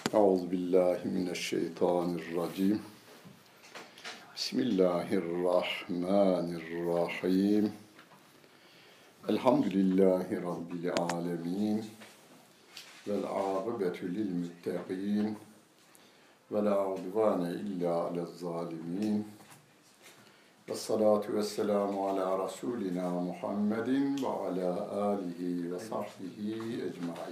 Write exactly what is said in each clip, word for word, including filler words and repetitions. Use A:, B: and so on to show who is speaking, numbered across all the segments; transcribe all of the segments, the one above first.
A: Euzubillahimineşşeytanirracim. Bismillahirrahmanirrahim. Elhamdülillahi Rabbil alemin. Vel âgıbetü lil müttegîn. Ve la udvâne illâ ale'z-zâlimîn. Vessalâtu vesselamu ala Resulina Muhammedin ve ala âlihi ve sahbihi ecmaîn.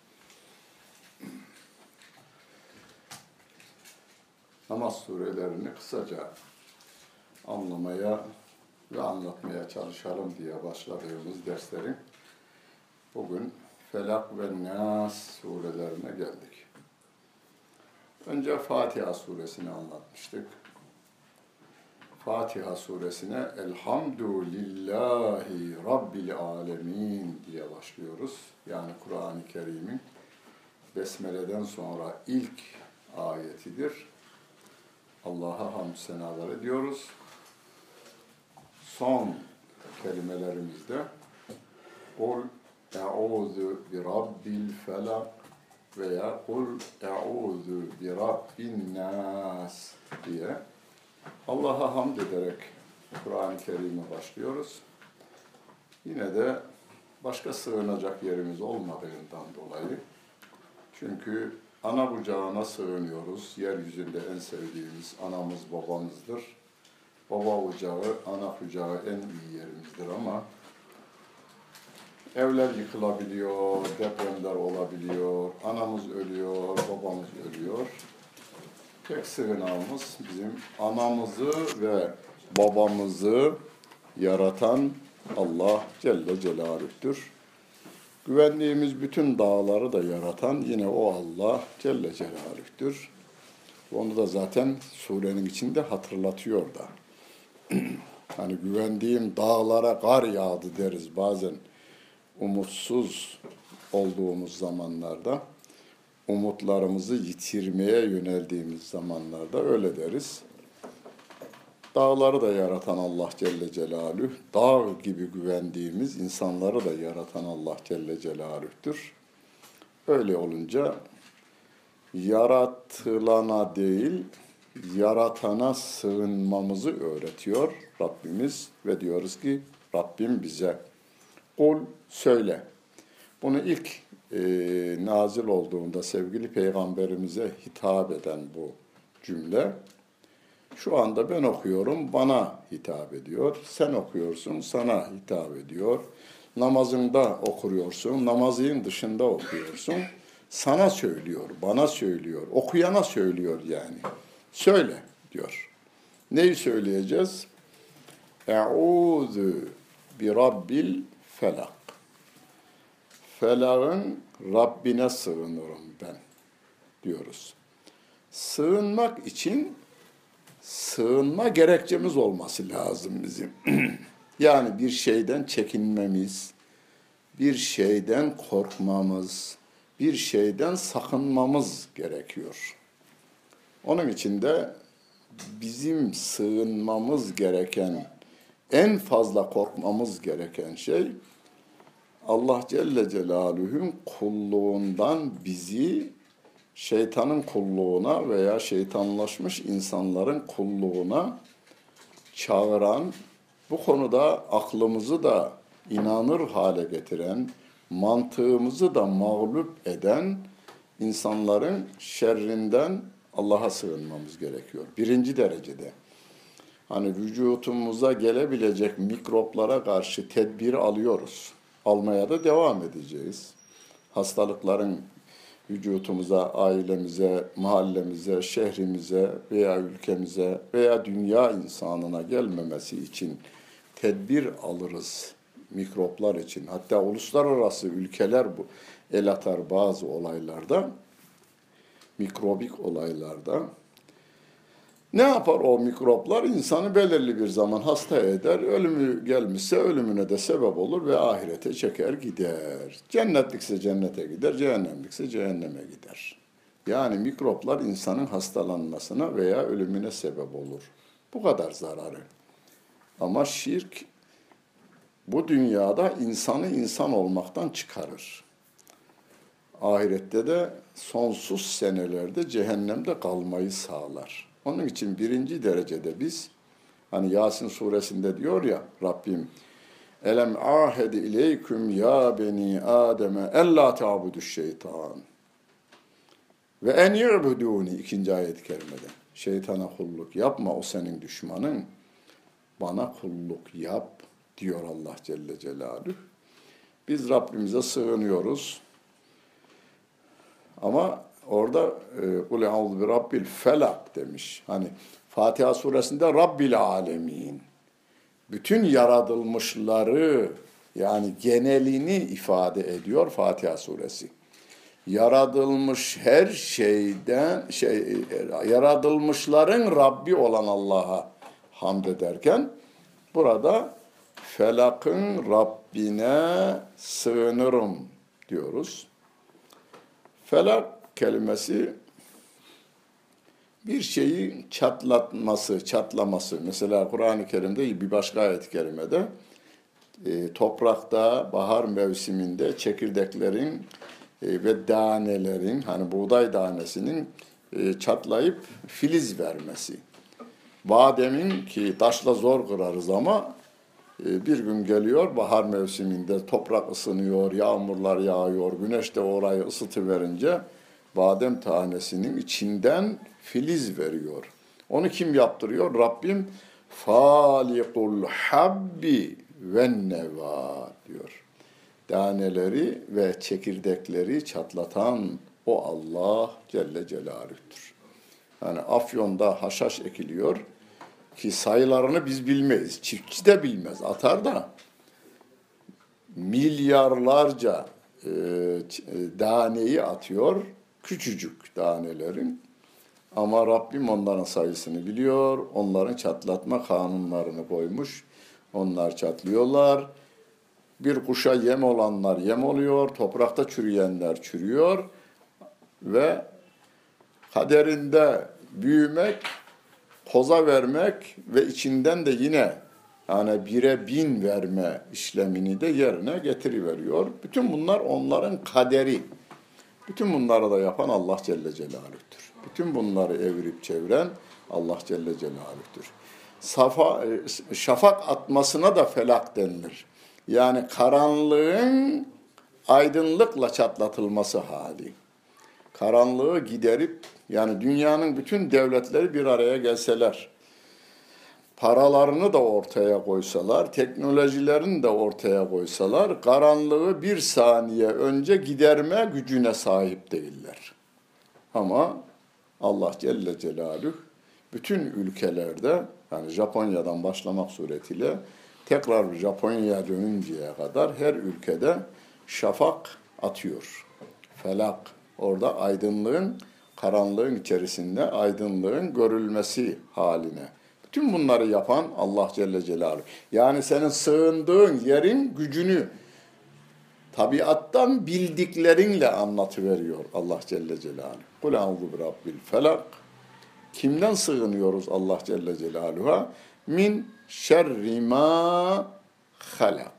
A: Namaz surelerini kısaca anlamaya ve anlatmaya çalışalım diye başladığımız derslerin bugün Felak ve Nas surelerine geldik. Önce Fatiha suresini anlatmıştık. Fatiha suresine Elhamdülillahi Rabbil alemin diye başlıyoruz. Yani Kur'an-ı Kerim'in Besmele'den sonra ilk ayetidir. Allah'a hamd senalar ediyoruz. Son kelimelerimizde Kul e'ûzü bi rabbil felak veya Kul e'ûzü bi rabbin nas diye Allah'a hamd ederek Kur'an-ı Kerim'e başlıyoruz. Yine de başka sığınacak yerimiz olmadığından dolayı, çünkü ana kucağına sığınıyoruz. Yeryüzünde en sevdiğimiz anamız babamızdır. Baba kucağı, ana kucağı en iyi yerimizdir ama evler yıkılabiliyor, depremler olabiliyor, anamız ölüyor, babamız ölüyor. Tek sığınağımız bizim anamızı ve babamızı yaratan Allah Celle Celaluh'tür. Güvendiğimiz bütün dağları da yaratan yine o Allah Celle Celaluh'tür. Onu da zaten surenin içinde hatırlatıyor da. Hani güvendiğim dağlara kar yağdı deriz bazen umutsuz olduğumuz zamanlarda. Umutlarımızı yitirmeye yöneldiğimiz zamanlarda öyle deriz. Dağları da yaratan Allah Celle Celaluhu, dağ gibi güvendiğimiz insanları da yaratan Allah Celle Celaluh'tür. Öyle olunca yaratılana değil, yaratana sığınmamızı öğretiyor Rabbimiz ve diyoruz ki Rabbim bize kul söyle. Bunu ilk e, nazil olduğunda sevgili Peygamberimize hitap eden bu cümle, şu anda ben okuyorum, bana hitap ediyor. Sen okuyorsun, sana hitap ediyor. Namazında okuyorsun, namazın dışında okuyorsun. Sana söylüyor, bana söylüyor, okuyana söylüyor yani. Söyle diyor. Neyi söyleyeceğiz? Eûzü bi rabbil felak. Felak'ın Rabbine sığınırım ben diyoruz. Sığınmak için sığınma gerekçemiz olması lazım bizim. Yani bir şeyden çekinmemiz, bir şeyden korkmamız, bir şeyden sakınmamız gerekiyor. Onun için de bizim sığınmamız gereken, en fazla korkmamız gereken şey, Allah Celle Celaluhu'nun kulluğundan bizi şeytanın kulluğuna veya şeytanlaşmış insanların kulluğuna çağıran, bu konuda aklımızı da inanır hale getiren, mantığımızı da mağlup eden insanların şerrinden Allah'a sığınmamız gerekiyor. Birinci derecede. Hani vücutumuza gelebilecek mikroplara karşı tedbir alıyoruz. Almaya da devam edeceğiz. Hastalıkların vücutumuza, ailemize, mahallemize, şehrimize veya ülkemize veya dünya insanına gelmemesi için tedbir alırız mikroplar için. Hatta uluslararası ülkeler bu el atar bazı olaylarda, mikrobik olaylarda. Ne yapar o mikroplar? İnsanı belirli bir zaman hasta eder, ölümü gelmişse ölümüne de sebep olur ve ahirete çeker gider. Cennetlikse cennete gider, cehennemlikse cehenneme gider. Yani mikroplar insanın hastalanmasına veya ölümüne sebep olur. Bu kadar zararı. Ama şirk bu dünyada insanı insan olmaktan çıkarır. ahirette de sonsuz senelerde cehennemde kalmayı sağlar. Onun için birinci derecede biz, hani Yasin suresinde diyor ya Rabbim, Elem ahedi ileyküm ya beni Adem'e ella ta'budu şeytan ve en yu'buduni, ikinci ayet-i kerimede. Şeytana kulluk yapma, o senin düşmanın. Bana kulluk yap diyor Allah Celle Celaluhu. Biz Rabbimize sığınıyoruz. Ama orada kul eûzu bi rabbil felak demiş. Hani Fatiha suresinde Rabbil alemin. Bütün yaratılmışları, yani genelini ifade ediyor Fatiha suresi. Yaratılmış her şeyden şey yaratılmışların Rabbi olan Allah'a hamd ederken burada felakın Rabbine sığınırım diyoruz. Felak kelimesi bir şeyi çatlatması, çatlaması. Mesela Kur'an-ı Kerim'de bir başka ayet-i kerimede e, toprakta bahar mevsiminde çekirdeklerin e, ve danelerin, hani buğday tanesinin e, çatlayıp filiz vermesi. Bademin ki taşla zor kırarız ama e, bir gün geliyor bahar mevsiminde toprak ısınıyor, yağmurlar yağıyor, güneş de orayı ısıtıverince badem tanesinin içinden filiz veriyor. Onu kim yaptırıyor? Rabbim falikul habbi ve neva diyor. Taneleri ve çekirdekleri çatlatan o Allah Celle Celaluh'tür. Yani Afyon'da haşhaş ekiliyor ki sayılarını biz bilmeyiz. Çiftçi de bilmez. Atar da milyarlarca e, daneyi atıyor. Küçücük tanelerin. Ama Rabbim onların sayısını biliyor. Onların çatlatma kanunlarını koymuş. Onlar çatlıyorlar. Bir kuşa yem olanlar yem oluyor. Toprakta çürüyenler çürüyor. Ve kaderinde büyümek, koza vermek ve içinden de yine yani bire bin verme işlemini de yerine getiriveriyor. Bütün bunlar onların kaderi. Bütün bunları da yapan Allah Celle Celaluh'tür. Bütün bunları evirip çeviren Allah Celle Celaluh'tür. Safa, şafak atmasına da felak denilir. Yani karanlığın aydınlıkla çatlatılması hali. Karanlığı giderip, yani dünyanın bütün devletleri bir araya gelseler, paralarını da ortaya koysalar, teknolojilerini de ortaya koysalar, karanlığı bir saniye önce giderme gücüne sahip değiller. Ama Allah Celle Celaluhu bütün ülkelerde, yani Japonya'dan başlamak suretiyle tekrar Japonya'ya dönünceye kadar her ülkede şafak atıyor. Felak, orada aydınlığın, karanlığın içerisinde aydınlığın görülmesi haline. Bütün bunları yapan Allah Celle Celaluhu. Yani senin sığındığın yerin gücünü tabiattan bildiklerinle anlatıveriyor Allah Celle Celaluhu. Kul a'udhu bi rabbil felak. Kimden sığınıyoruz Allah Celle Celaluhu'ya? Min şerri ma halak.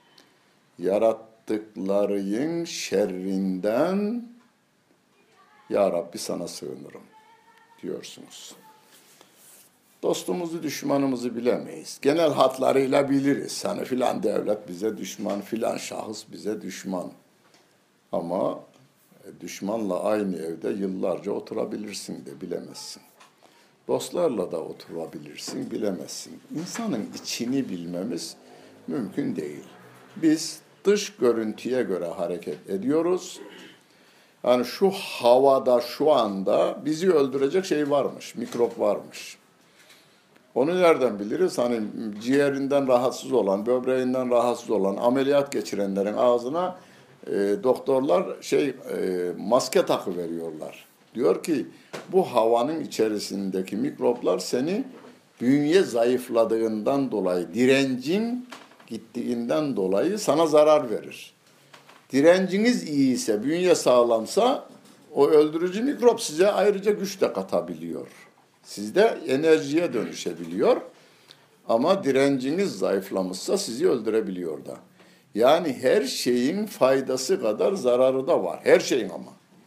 A: Yarattıklarının şerrinden ya Rabbi sana sığınırım diyorsunuz. Dostumuzu, düşmanımızı bilemeyiz. Genel hatlarıyla biliriz. Hani filan devlet bize düşman, filan şahıs bize düşman. Ama düşmanla aynı evde yıllarca oturabilirsin de bilemezsin. Dostlarla da oturabilirsin, bilemezsin. İnsanın içini bilmemiz mümkün değil. Biz dış görüntüye göre hareket ediyoruz. Yani şu havada, şu anda bizi öldürecek şey varmış, mikrop varmış. Onu nereden biliriz? Hani ciğerinden rahatsız olan, böbreğinden rahatsız olan, ameliyat geçirenlerin ağzına e, doktorlar şey e, maske takı veriyorlar. Diyor ki bu havanın içerisindeki mikroplar seni bünye zayıfladığından dolayı, direncin gittiğinden dolayı sana zarar verir. Direnciniz iyi ise, bünye sağlamsa o öldürücü mikrop size ayrıca güç de katabiliyor. Sizde enerjiye dönüşebiliyor ama direnciniz zayıflamışsa sizi öldürebiliyor da. Yani her şeyin faydası kadar zararı da var. Her şeyin ama.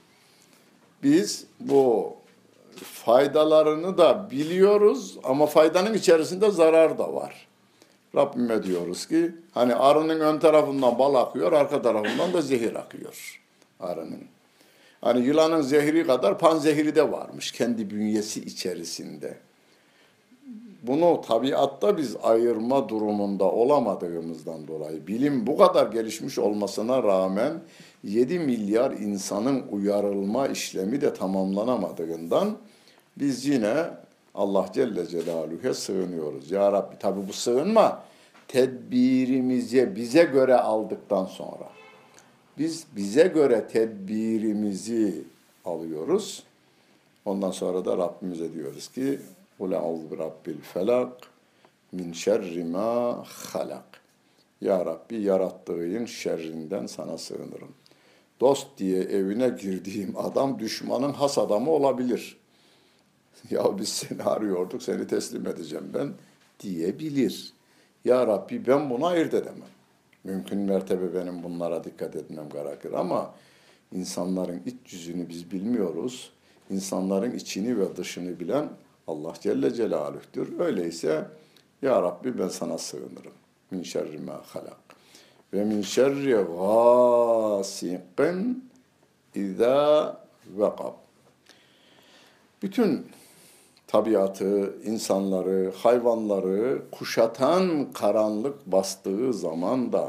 A: Biz bu faydalarını da biliyoruz ama faydanın içerisinde zarar da var. Rabbime diyoruz ki hani arının ön tarafından bal akıyor, arka tarafından da zehir akıyor arının. Hani yılanın zehri kadar panzehiri de varmış kendi bünyesi içerisinde. Bunu tabiatta biz ayırma durumunda olamadığımızdan dolayı bilim bu kadar gelişmiş olmasına rağmen yedi milyar insanın uyarılma işlemi de tamamlanamadığından biz yine Allah Celle Celaluhu'ya sığınıyoruz. Ya Rabbi, tabi bu sığınma tedbirimizi bize göre aldıktan sonra. Biz bize göre tedbirimizi alıyoruz. Ondan sonra da Rabbimize diyoruz ki قُلْ اَعُوذُ بِرَبِّ الْفَلَقِ مِنْ شَرِّ مَا خَلَقِ. Ya Rabbi, yarattığın şerrinden sana sığınırım. Dost diye evine girdiğim adam düşmanın has adamı olabilir. Ya biz seni arıyorduk, seni teslim edeceğim ben diyebilir. Ya Rabbi, ben bunu ayırt edemem. Mümkün mertebe benim bunlara dikkat etmem gerekir ama insanların iç yüzünü biz bilmiyoruz. İnsanların içini ve dışını bilen Allah Celle Celaluh'tür. Öyleyse Ya Rabbi, ben sana sığınırım. Min şerri ma halak. Ve min şerri gâsiqin izâ vekab. Bütün tabiatı, insanları, hayvanları kuşatan karanlık bastığı zaman da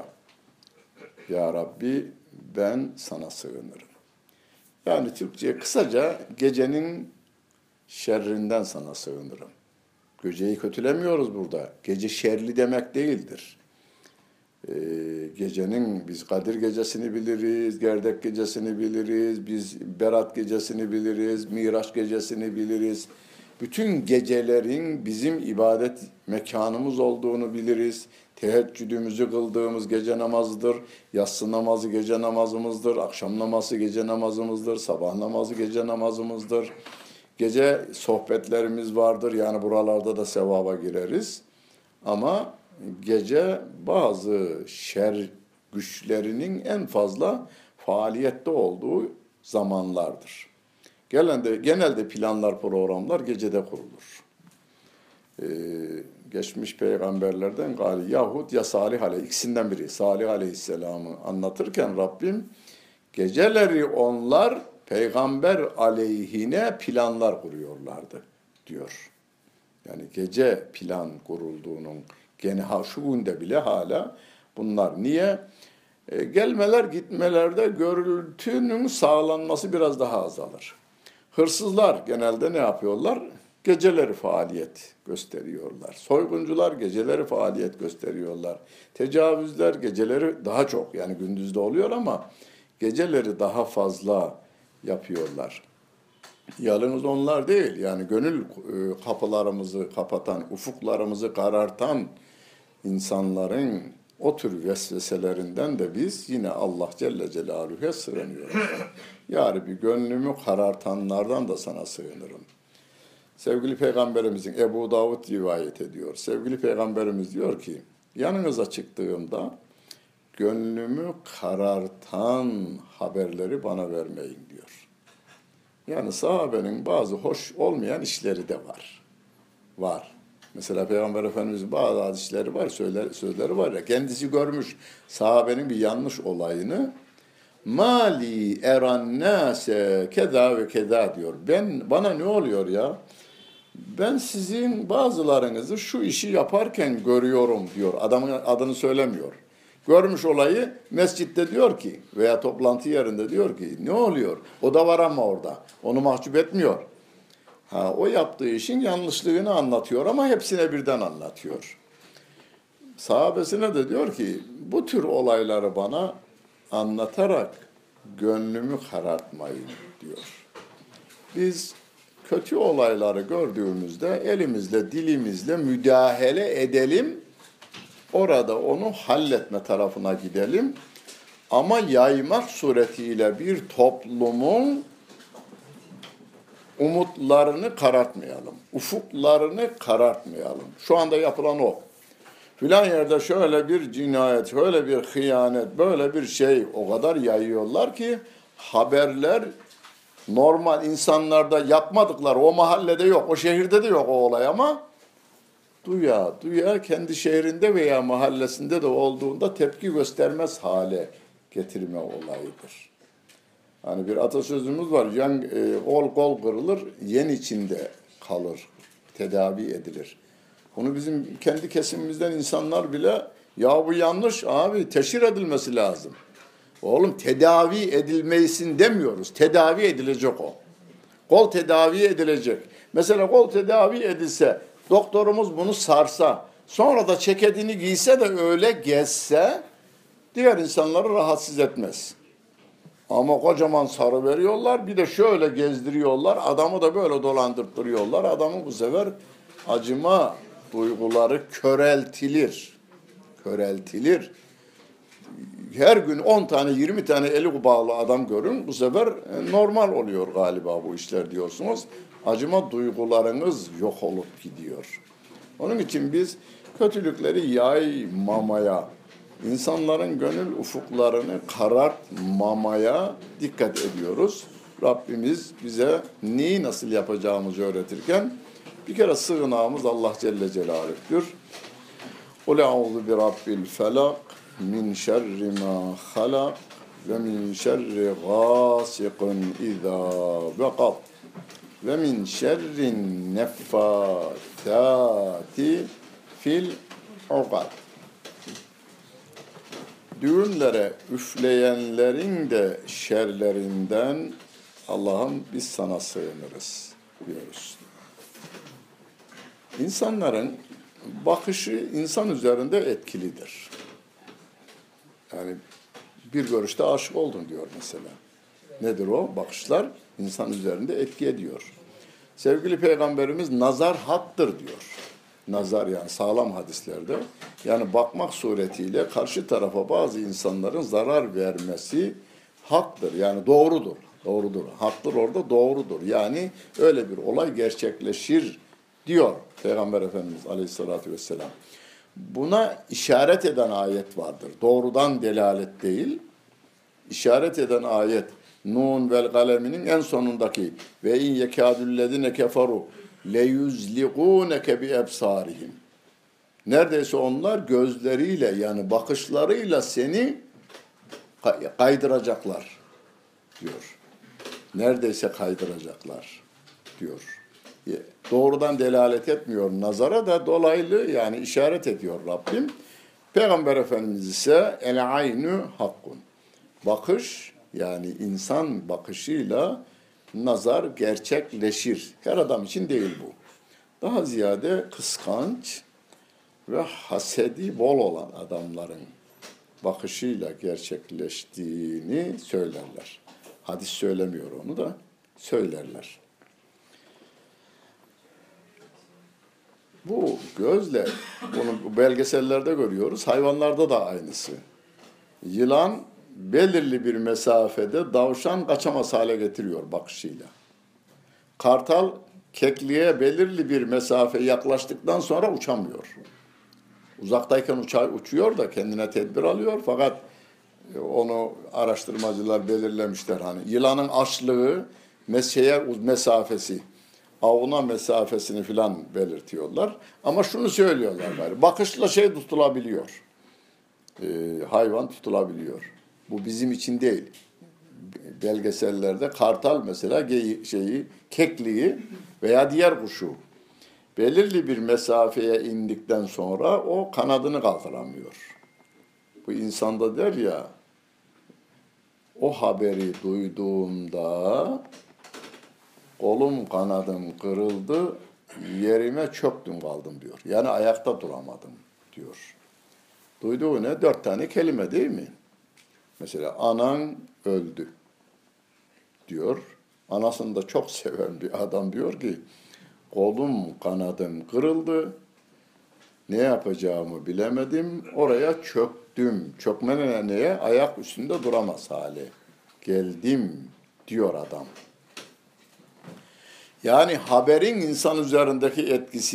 A: Ya Rabbi, ben sana sığınırım. Yani Türkçe'ye kısaca gecenin şerrinden sana sığınırım. Geceyi kötülemiyoruz burada. Gece şerli demek değildir. Ee, gecenin biz Kadir gecesini biliriz, Gerdek gecesini biliriz, biz Berat gecesini biliriz, Miraç gecesini biliriz. Bütün gecelerin bizim ibadet mekanımız olduğunu biliriz. Teheccüdümüzü kıldığımız gece namazıdır. Yatsı namazı gece namazımızdır. Akşam namazı gece namazımızdır. Sabah namazı gece namazımızdır. Gece sohbetlerimiz vardır. Yani buralarda da sevaba gireriz. Ama gece bazı şer güçlerinin en fazla faaliyette olduğu zamanlardır. Genelde, genelde planlar, programlar gecede kurulur. Ee, geçmiş peygamberlerden gali yahut ya Salih Aleyh, ikisinden biri. Salih Aleyhisselam'ı anlatırken Rabbim geceleri onlar peygamber aleyhine planlar kuruyorlardı diyor. Yani gece plan kurulduğunun gene ha şu günde bile hala bunlar niye? E, gelmeler gitmelerde görüntünün sağlanması biraz daha azalır. Hırsızlar genelde ne yapıyorlar? Geceleri faaliyet gösteriyorlar. Soyguncular geceleri faaliyet gösteriyorlar. Tecavüzler geceleri daha çok, yani gündüzde oluyor ama geceleri daha fazla yapıyorlar. Yalnız onlar değil, yani gönül kapılarımızı kapatan, ufuklarımızı karartan insanların o tür vesveselerinden de biz yine Allah Celle Celaluhu'ya sığınıyoruz. Ya Rabbi, gönlümü karartanlardan da sana sığınırım. Sevgili Peygamberimizin Ebu Davud rivayet ediyor. Sevgili Peygamberimiz diyor ki, yanınıza çıktığımda gönlümü karartan haberleri bana vermeyin diyor. Yani sahabenin bazı hoş olmayan işleri de var. Var. Mesela Peygamber Efendimiz'in bazı hadisleri var, söyler, sözleri var ya, kendisi görmüş sahabenin bir yanlış olayını. Mali eran nase keda ve keda diyor. Ben, bana ne oluyor ya? Ben sizin bazılarınızı şu işi yaparken görüyorum diyor. Adamın adını söylemiyor. Görmüş olayı mescitte diyor ki veya toplantı yerinde diyor ki ne oluyor? O da var ama orada. Onu mahcup etmiyor. Ha, o yaptığı işin yanlışlığını anlatıyor ama hepsine birden anlatıyor. Sahabesine de diyor ki bu tür olayları bana anlatarak gönlümü karartmayın diyor. Biz kötü olayları gördüğümüzde elimizle, dilimizle müdahale edelim. Orada onu halletme tarafına gidelim. Ama yaymak suretiyle bir toplumun umutlarını karartmayalım. Ufuklarını karartmayalım. Şu anda yapılan o. Filan yerde şöyle bir cinayet, şöyle bir hıyanet, böyle bir şey o kadar yayıyorlar ki haberler normal insanlarda yapmadıkları o mahallede yok, o şehirde de yok o olay ama duya duya kendi şehrinde veya mahallesinde de olduğunda tepki göstermez hale getirme olayıdır. Hani bir atasözümüz var, yan, e, kol kol kırılır, yen içinde kalır, tedavi edilir. Bunu bizim kendi kesimimizden insanlar bile ya bu yanlış abi teşhir edilmesi lazım. Oğlum tedavi edilmesin demiyoruz. Tedavi edilecek o. Kol tedavi edilecek. Mesela kol tedavi edilse, doktorumuz bunu sarsa, sonra da ceketini giyse de öyle gezse diğer insanları rahatsız etmez. Ama kocaman sarı veriyorlar, bir de şöyle gezdiriyorlar, adamı da böyle dolandırtırıyorlar. Adamı bu sefer acıma duyguları köreltilir. Köreltilir. Her gün on tane, yirmi tane eli bağlı adam görün, bu sefer normal oluyor galiba bu işler diyorsunuz. Acıma duygularınız yok olup gidiyor. Onun için biz kötülükleri yaymamaya, insanların gönül ufuklarını karartmamaya dikkat ediyoruz. Rabbimiz bize neyi nasıl yapacağımızı öğretirken bir kere sığınağımız Allah Celle Celaluh'tür. Kul eûzu bi rabbil felak min şerri ma halak ve min şerri gâsiqin izâ veqab ve min şerrin neffâthâti fil ukad. Düğünlere üfleyenlerin de şerlerinden Allah'ım biz sana sığınırız diyoruz. İnsanların bakışı insan üzerinde etkilidir. Yani bir görüşte aşık oldun diyor mesela. Nedir o? Bakışlar insan üzerinde etki ediyor. Sevgili Peygamberimiz nazar haktır diyor. Nazar yani sağlam hadislerde. Yani bakmak suretiyle karşı tarafa bazı insanların zarar vermesi haktır. Yani doğrudur. Doğrudur. Haktır orada doğrudur. Yani öyle bir olay gerçekleşir diyor Peygamber Efendimiz Aleyhisselatü Vesselam. Buna işaret eden ayet vardır. Doğrudan delalet değil. İşaret eden ayet Nun vel kaleminin en sonundaki ve in yekâdüllezine keferu leyuzliğûneke bi ebsârihim. Neredeyse onlar gözleriyle yani bakışlarıyla seni kaydıracaklar diyor. Neredeyse kaydıracaklar diyor. Doğrudan delalet etmiyor nazara da dolaylı yani işaret ediyor Rabbim. Peygamber Efendimiz ise el aynu hakkun. Bakış yani insan bakışıyla nazar gerçekleşir. Her adam için değil bu. Daha ziyade kıskanç ve hasedi bol olan adamların bakışıyla gerçekleştiğini söylerler. Hadis söylemiyor onu da söylerler. Bu gözle, bunu belgesellerde görüyoruz, hayvanlarda da aynısı. Yılan belirli bir mesafede davşan kaçamaz hale getiriyor bakışıyla. Kartal kekliğe belirli bir mesafe yaklaştıktan sonra uçamıyor. Uzaktayken uça, uçuyor da kendine tedbir alıyor fakat onu araştırmacılar belirlemişler. Hani yılanın açlığı, meseye mesafesi, avına mesafesini filan belirtiyorlar. Ama şunu söylüyorlar bari, bakışla şey tutulabiliyor. Ee, hayvan tutulabiliyor. Bu bizim için değil. Belgesellerde kartal mesela geyi, şeyi, kekliği veya diğer kuşu belirli bir mesafeye indikten sonra o kanadını kaldıramıyor. Bu insanda der ya, o haberi duyduğumda kolum kanadım kırıldı, yerime çöktüm kaldım diyor. Yani ayakta duramadım diyor. Duyduğu ne? Dört tane kelime değil mi? Mesela anan öldü diyor. Anasını da çok seven bir adam diyor ki kolum kanadım kırıldı. Ne yapacağımı bilemedim. Oraya çöktüm. Çökme neye? Ayak üstünde duramaz hale geldim diyor adam. Yani haberin insan üzerindeki etkisi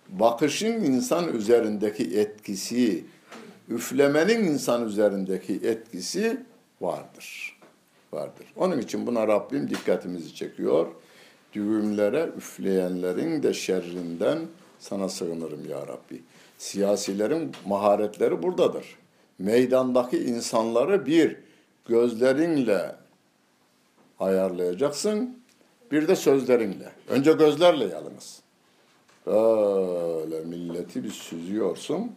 A: bakışın insan üzerindeki etkisi, üflemenin insan üzerindeki etkisi vardır. Vardır. Onun için buna Rabbim dikkatimizi çekiyor. Düğümlere üfleyenlerin de şerrinden sana sığınırım ya Rabbi. Siyasilerin maharetleri buradadır. Meydandaki insanları bir gözlerinle ayarlayacaksın, bir de sözlerinle. Önce gözlerle yalnız. Böyle milleti bir süzüyorsun.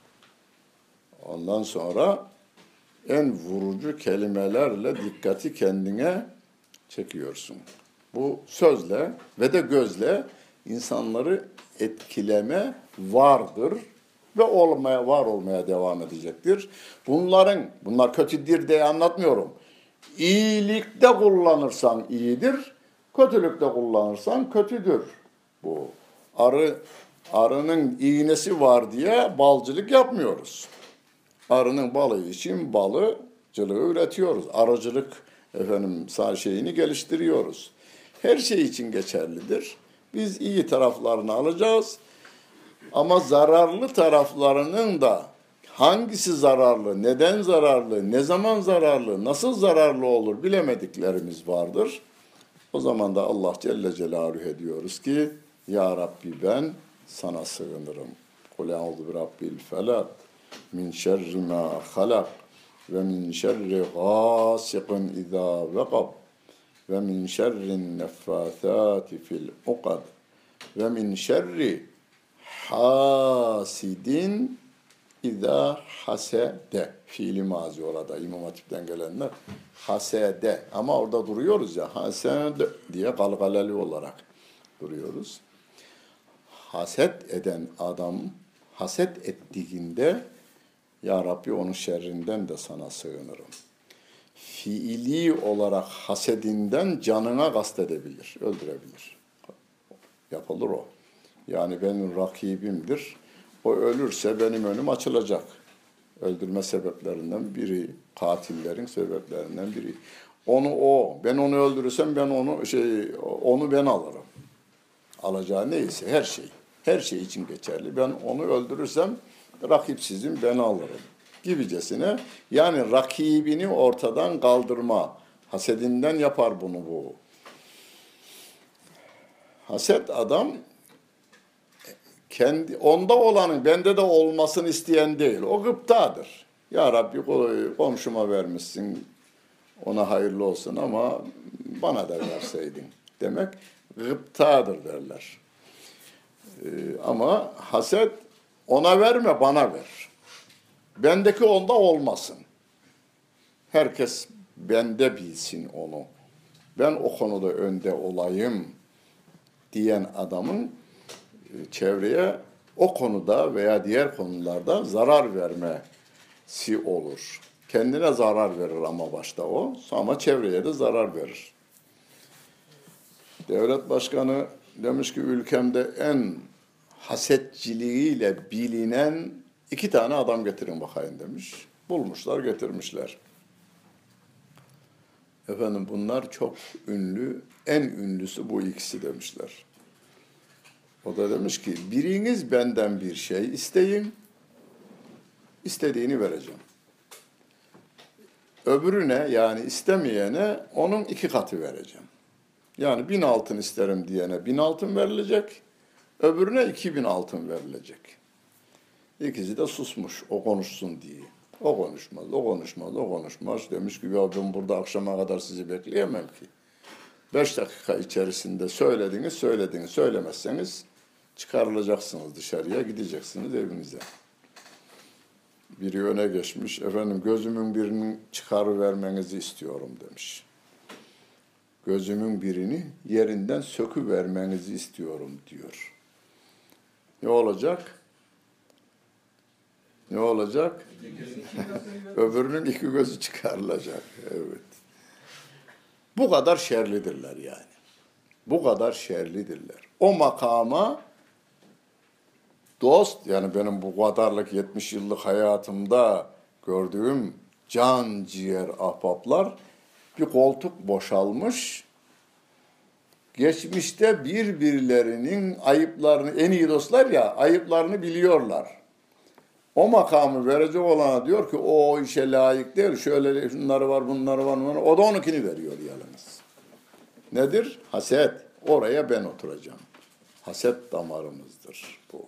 A: Ondan sonra en vurucu kelimelerle dikkati kendine çekiyorsun. Bu sözle ve de gözle insanları etkileme vardır ve olmaya var olmaya devam edecektir. Bunların, bunlar kötüdür diye anlatmıyorum. İyilikte kullanırsan iyidir, kötülükte kullanırsan kötüdür. Bu arı arının iğnesi var diye balcılık yapmıyoruz. Arının balığı için balıcılığı üretiyoruz. Arıcılık efendim sağ şeyini geliştiriyoruz. Her şey için geçerlidir. Biz iyi taraflarını alacağız. Ama zararlı taraflarının da hangisi zararlı, neden zararlı, ne zaman zararlı, nasıl zararlı olur bilemediklerimiz vardır. O zaman da Allah Celle Celaluhu diyoruz ki Ya Rabbi ben sana sığınırım. Kul a'udhu bi rabbil felak min şerri ma halak ve min şerri gâsiqin izâ vekab ve min şerrin neffâthâti fil ukad ve min şerri hasidin izâ hasede. Fiili mazi orada İmam Hatip'ten gelenler. Hasede. Ama orada duruyoruz ya. Hasede diye kalgaleli olarak duruyoruz. Haset eden adam haset ettiğinde Ya Rabbi onun şerrinden de sana sığınırım. Fiili olarak hasedinden canına kastedebilir, öldürebilir. Yapılır o. Yani benim rakibimdir. O ölürse benim önüm açılacak. Öldürme sebeplerinden biri, katillerin sebeplerinden biri. Onu o, ben onu öldürürsem ben onu şey onu ben alırım. Alacağı neyse her şey. Her şey için geçerli. Ben onu öldürürsem rakipsizim ben alırım gibicesine. Yani rakibini ortadan kaldırma. Hasedinden yapar bunu bu. Haset adam kendi onda olanın bende de olmasını isteyen değil. O gıptadır. Ya Rabbi komşuma vermişsin. Ona hayırlı olsun ama bana da verseydin demek gıptadır derler. Ee, ama haset ona verme bana ver. Bendeki onda olmasın. Herkes bende bilsin onu. Ben o konuda önde olayım diyen adamın çevreye o konuda veya diğer konularda zarar vermesi olur. Kendine zarar verir ama başta o, ama çevreye de zarar verir. Devlet başkanı demiş ki ülkemde en hasetçiliğiyle bilinen iki tane adam getirin bakayım demiş. Bulmuşlar, getirmişler. Efendim bunlar çok ünlü, en ünlüsü bu ikisi demişler. O da demiş ki biriniz benden bir şey isteyin, istediğini vereceğim. Öbürüne yani istemeyene onun iki katı vereceğim. Yani bin altın isterim diyene bin altın verilecek, öbürüne iki bin altın verilecek. İkisi de susmuş, o konuşsun diye. O konuşmaz, o konuşmaz, o konuşmaz. Demiş ki ya ben burada akşama kadar sizi bekleyemem ki. Beş dakika içerisinde söylediğiniz, söylediğiniz, söylemezseniz çıkarılacaksınız dışarıya, gideceksiniz evinize. Biri öne geçmiş, efendim gözümün birini çıkarıvermenizi istiyorum demiş. Gözümün birini yerinden söküvermenizi istiyorum diyor. Ne olacak? Ne olacak? Öbürünün iki gözü çıkarılacak. Evet. Bu kadar şerlidirler yani. Bu kadar şerlidirler. O makama dost, yani benim bu kadarlık yetmiş yıllık hayatımda gördüğüm can ciğer ahbaplar bir koltuk boşalmış. geçmişte birbirlerinin ayıplarını, en iyi dostlar ya, ayıplarını biliyorlar. O makamı verecek olana diyor ki o işe layık değil, şöyle şunları var, bunları var, bunları. O da onunkini veriyor yalnız. Nedir? Haset. Oraya ben oturacağım. Haset damarımızdır bu.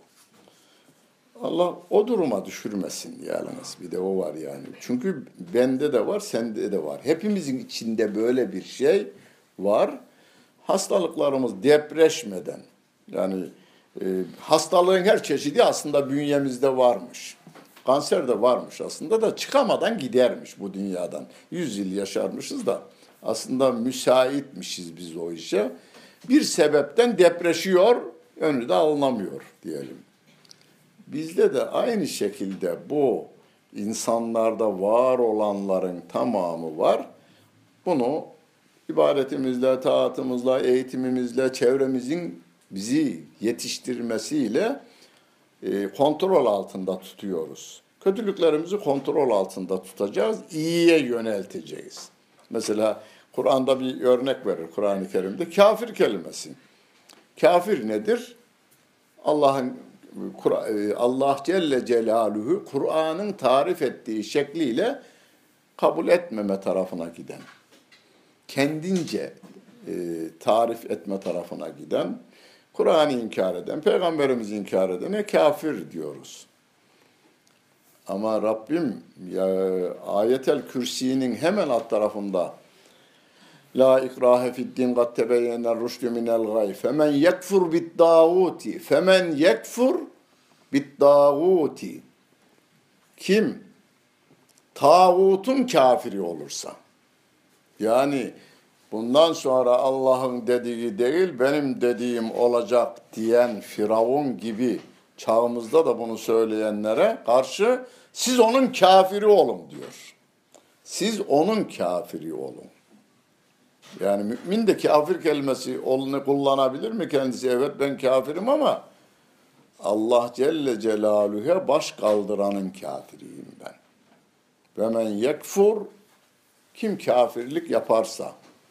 A: Allah o duruma düşürmesin yalnız. Bir de o var yani. Çünkü bende de var, sende de var. Hepimizin içinde böyle bir şey var. Hastalıklarımız depreşmeden, yani e, hastalığın her çeşidi aslında bünyemizde varmış. Kanser de varmış aslında da çıkamadan gidermiş bu dünyadan. Yüz yıl yaşarmışız da aslında müsaitmişiz biz o işe. Bir sebepten depreşiyor, önü de alınamıyor diyelim. Bizde de aynı şekilde bu insanlarda var olanların tamamı var. Bunu ibadetimizle, taatımızla, eğitimimizle, çevremizin bizi yetiştirmesiyle e, kontrol altında tutuyoruz. Kötülüklerimizi kontrol altında tutacağız, iyiye yönelteceğiz. Mesela Kur'an'da bir örnek verir Kur'an-ı Kerim'de. Kafir kelimesi. Kafir nedir? Allah'ın Allah Celle Celaluhu Kur'an'ın tarif ettiği şekliyle kabul etmeme tarafına giden, kendince e, tarif etme tarafına giden, Kur'an'ı inkar eden, Peygamberimizi inkar edene kafir diyoruz. Ama Rabbim ya, Ayetel Kürsi'nin hemen alt tarafında La ikrahe fi'd-din kad tebeyyene rüştü minel gay. Femen yekfur bid-dâguti. Femen yekfur bid-dâguti. Kim tağutun kafiri olursa, yani bundan sonra Allah'ın dediği değil benim dediğim olacak diyen Firavun gibi çağımızda da bunu söyleyenlere karşı siz onun kafiri olun diyor. Siz onun kafiri olun. Yani mümin de kafir kelimesi olunu kullanabilir mi kendisi? Evet ben kafirim ama Allah Celle Celaluhu'ya baş kaldıranın kafiriyim ben. Ve men yekfur, kim kafirlik yaparsa,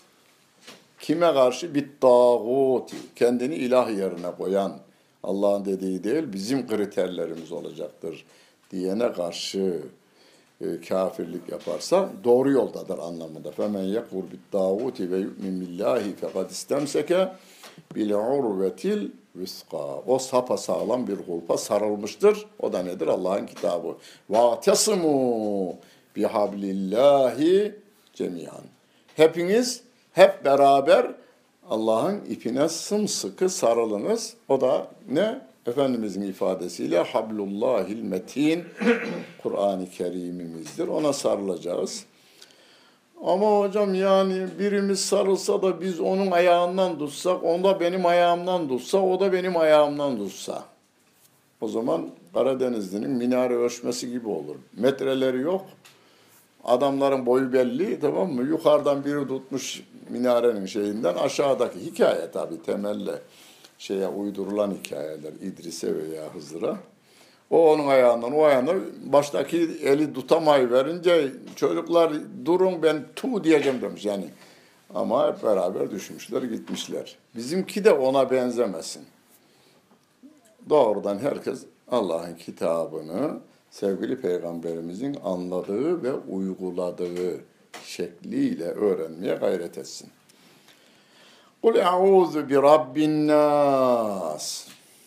A: kime karşı? Bit-tağuti, kendini ilah yerine koyan, Allah'ın dediği değil bizim kriterlerimiz olacaktır diyene karşı e, kafirlik yaparsa doğru yoldadır anlamında. Femen yekfur bit-tağuti ve yu'min billahi fekad istemseke bil urvetil viska. O sapasağlam bir kulpa sarılmıştır. O da nedir? Allah'ın kitabı. Va'tesimu bihablillahi cemiyan. Hepiniz hep beraber Allah'ın ipine sımsıkı sarılınız. O da ne? Efendimizin ifadesiyle hablullahil metin, Kur'an-ı Kerim'imizdir. Ona sarılacağız. Ama hocam yani birimiz sarılsa da biz onun ayağından tutsak, o da benim ayağımdan tutsa, o da benim ayağımdan tutsa. O zaman Karadenizli'nin minare ölçmesi gibi olur. Metreleri yok. Adamların boyu belli, tamam mı? Yukarıdan biri tutmuş minarenin şeyinden, aşağıdaki hikaye tabii temelle şeye uydurulan hikayeler İdris'e veya Hızır'a. O onun ayağından, o ayağından baştaki eli tutamayı verince çocuklar durun ben tu diyeceğim demiş yani. Ama hep beraber düşmüşler gitmişler. Bizimki de ona benzemesin. Doğrudan herkes Allah'ın kitabını sevgili Peygamberimizin anladığı ve uyguladığı şekliyle öğrenmeye gayret etsin. Kul e'ûzu bi rabbin nas.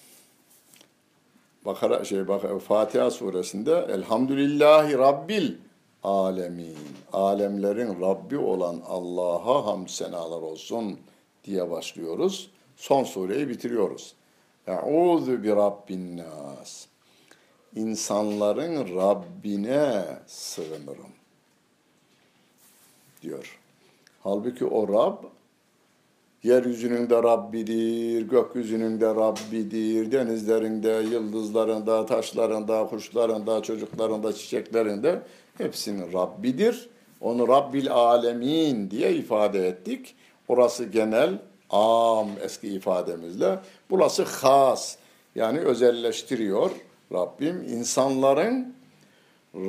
A: Bakara şey bak Fatiha suresinde Elhamdülillahi Rabbil alemin. Alemlerin Rabbi olan Allah'a hamd senalar olsun diye başlıyoruz. Son sureyi bitiriyoruz. E'ûzu bi rabbin nas. İnsanların Rabbine sığınırım diyor. Halbuki o Rab yeryüzünün de Rabbidir, gökyüzünün de Rabbidir, denizlerin de, yıldızların da, taşların da, kuşların da, çocukların da, çiçeklerin de hepsinin Rabbidir. Onu Rabbil Alemin diye ifade ettik. Orası genel, am eski ifademizle. Burası has, yani özelleştiriyor Rabbim. İnsanların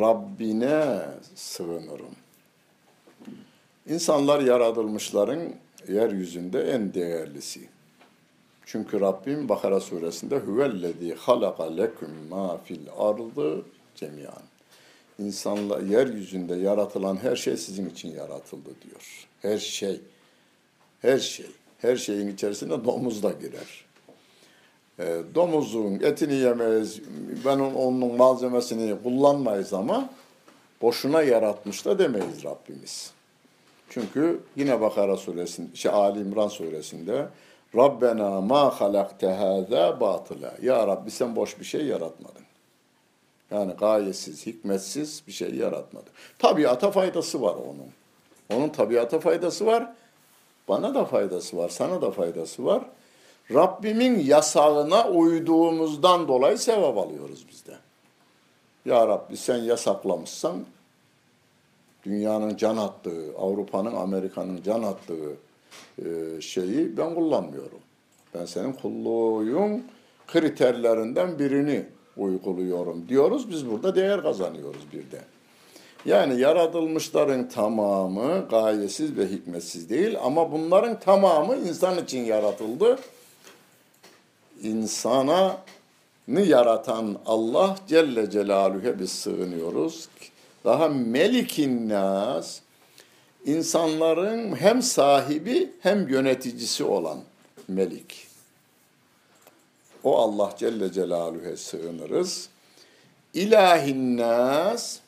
A: Rabbine sığınırım. İnsanlar yaratılmışların yeryüzünde en değerlisi. Çünkü Rabbim Bakara suresinde huvellezî halaka leküm mâ fil ardı cemiyan. İnsanla yeryüzünde yaratılan her şey sizin için yaratıldı diyor. Her şey. Her şey. Her şeyin içerisinde domuz da girer. E, domuzun etini yemeyiz, ben onun malzemesini kullanmayız ama boşuna yaratmış da demeyiz Rabbimiz. Çünkü yine Bakara suresinde, şey Ali İmran suresinde Rabbena ma halakte hâzâ batıla. Ya Rabbi sen boş bir şey yaratmadın. Yani gayesiz, hikmetsiz bir şey yaratmadın. Tabiata faydası var onun. Onun tabiata faydası var. Bana da faydası var, sana da faydası var. Rabbimin yasağına uyduğumuzdan dolayı sevap alıyoruz biz de. Ya Rabbi sen yasaklamışsan dünyanın can attığı, Avrupa'nın, Amerika'nın can attığı e, şeyi ben kullanmıyorum. Ben senin kulluğun kriterlerinden birini uyguluyorum diyoruz. Biz burada değer kazanıyoruz bir de. Yani yaratılmışların tamamı gayesiz ve hikmetsiz değil ama bunların tamamı insan için yaratıldı. İnsanı yaratan Allah Celle Celaluhu'ya biz sığınıyoruz. Daha Melikin Nas, insanların hem sahibi hem yöneticisi olan Melik. O Allah Celle Celaluhu'ya sığınırız. İlahin Nas,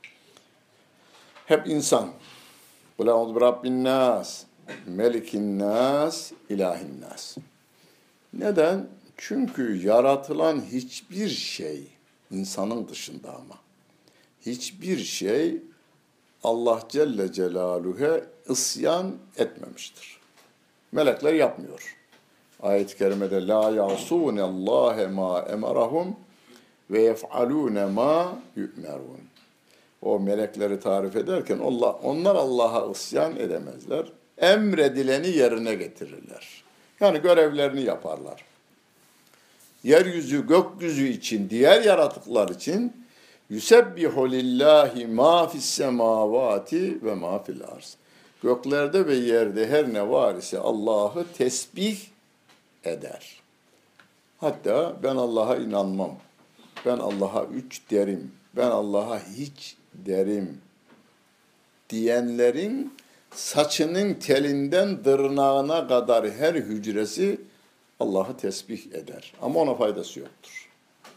A: hep insan. Kul eûzu bi Rabbin Nas, Melikin Nas, İlahin Nas. Neden? Çünkü yaratılan hiçbir şey, insanın dışında ama, hiçbir şey Allah Celle Celaluhu'ya isyan etmemiştir. Melekler yapmıyor. Ayet-i kerimede la yasûne Allâhe mâ emerahum ve yef'alûne mâ yu'merûn. O melekleri tarif ederken Allah, onlar Allah'a isyan edemezler. Emredileni yerine getirirler. Yani görevlerini yaparlar. Yeryüzü, gökyüzü için, diğer yaratıklar için yusebbihu lillahi ma fis semavati ve ma fil arz. Göklerde ve yerde her ne var ise Allah'ı tesbih eder. Hatta ben Allah'a inanmam. Ben Allah'a üç derim. Ben Allah'a hiç derim diyenlerin saçının telinden tırnağına kadar her hücresi Allah'ı tesbih eder. Ama ona faydası yoktur.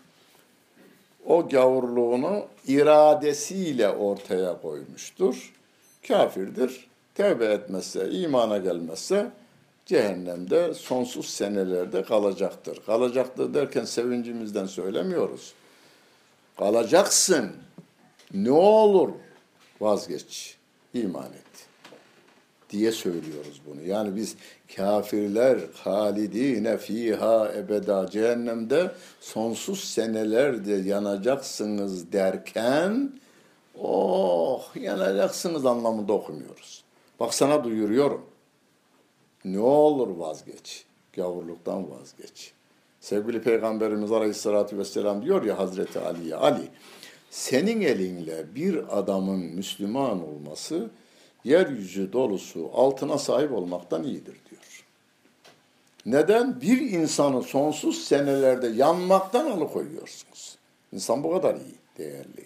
A: O gavurluğunu iradesiyle ortaya koymuştur. Kafirdir. Tevbe etmezse, imana gelmezse cehennemde sonsuz senelerde kalacaktır. Kalacaktır derken sevincimizden söylemiyoruz. Kalacaksın. Ne olur vazgeç, iman et diye söylüyoruz bunu. Yani biz kafirler halidine fiha ebeda cehennemde sonsuz senelerde yanacaksınız derken oh yanacaksınız anlamında okumuyoruz. Bak sana duyuruyorum. Ne olur vazgeç. Gavurluktan vazgeç. Sevgili Peygamberimiz Aleyhisselatü Vesselam diyor ya Hazreti Ali'ye, Ali senin elinle bir adamın Müslüman olması yeryüzü dolusu altına sahip olmaktan iyidir diyor. Neden? Bir insanı sonsuz senelerde yanmaktan alıkoyuyorsunuz. İnsan bu kadar iyi, değerli.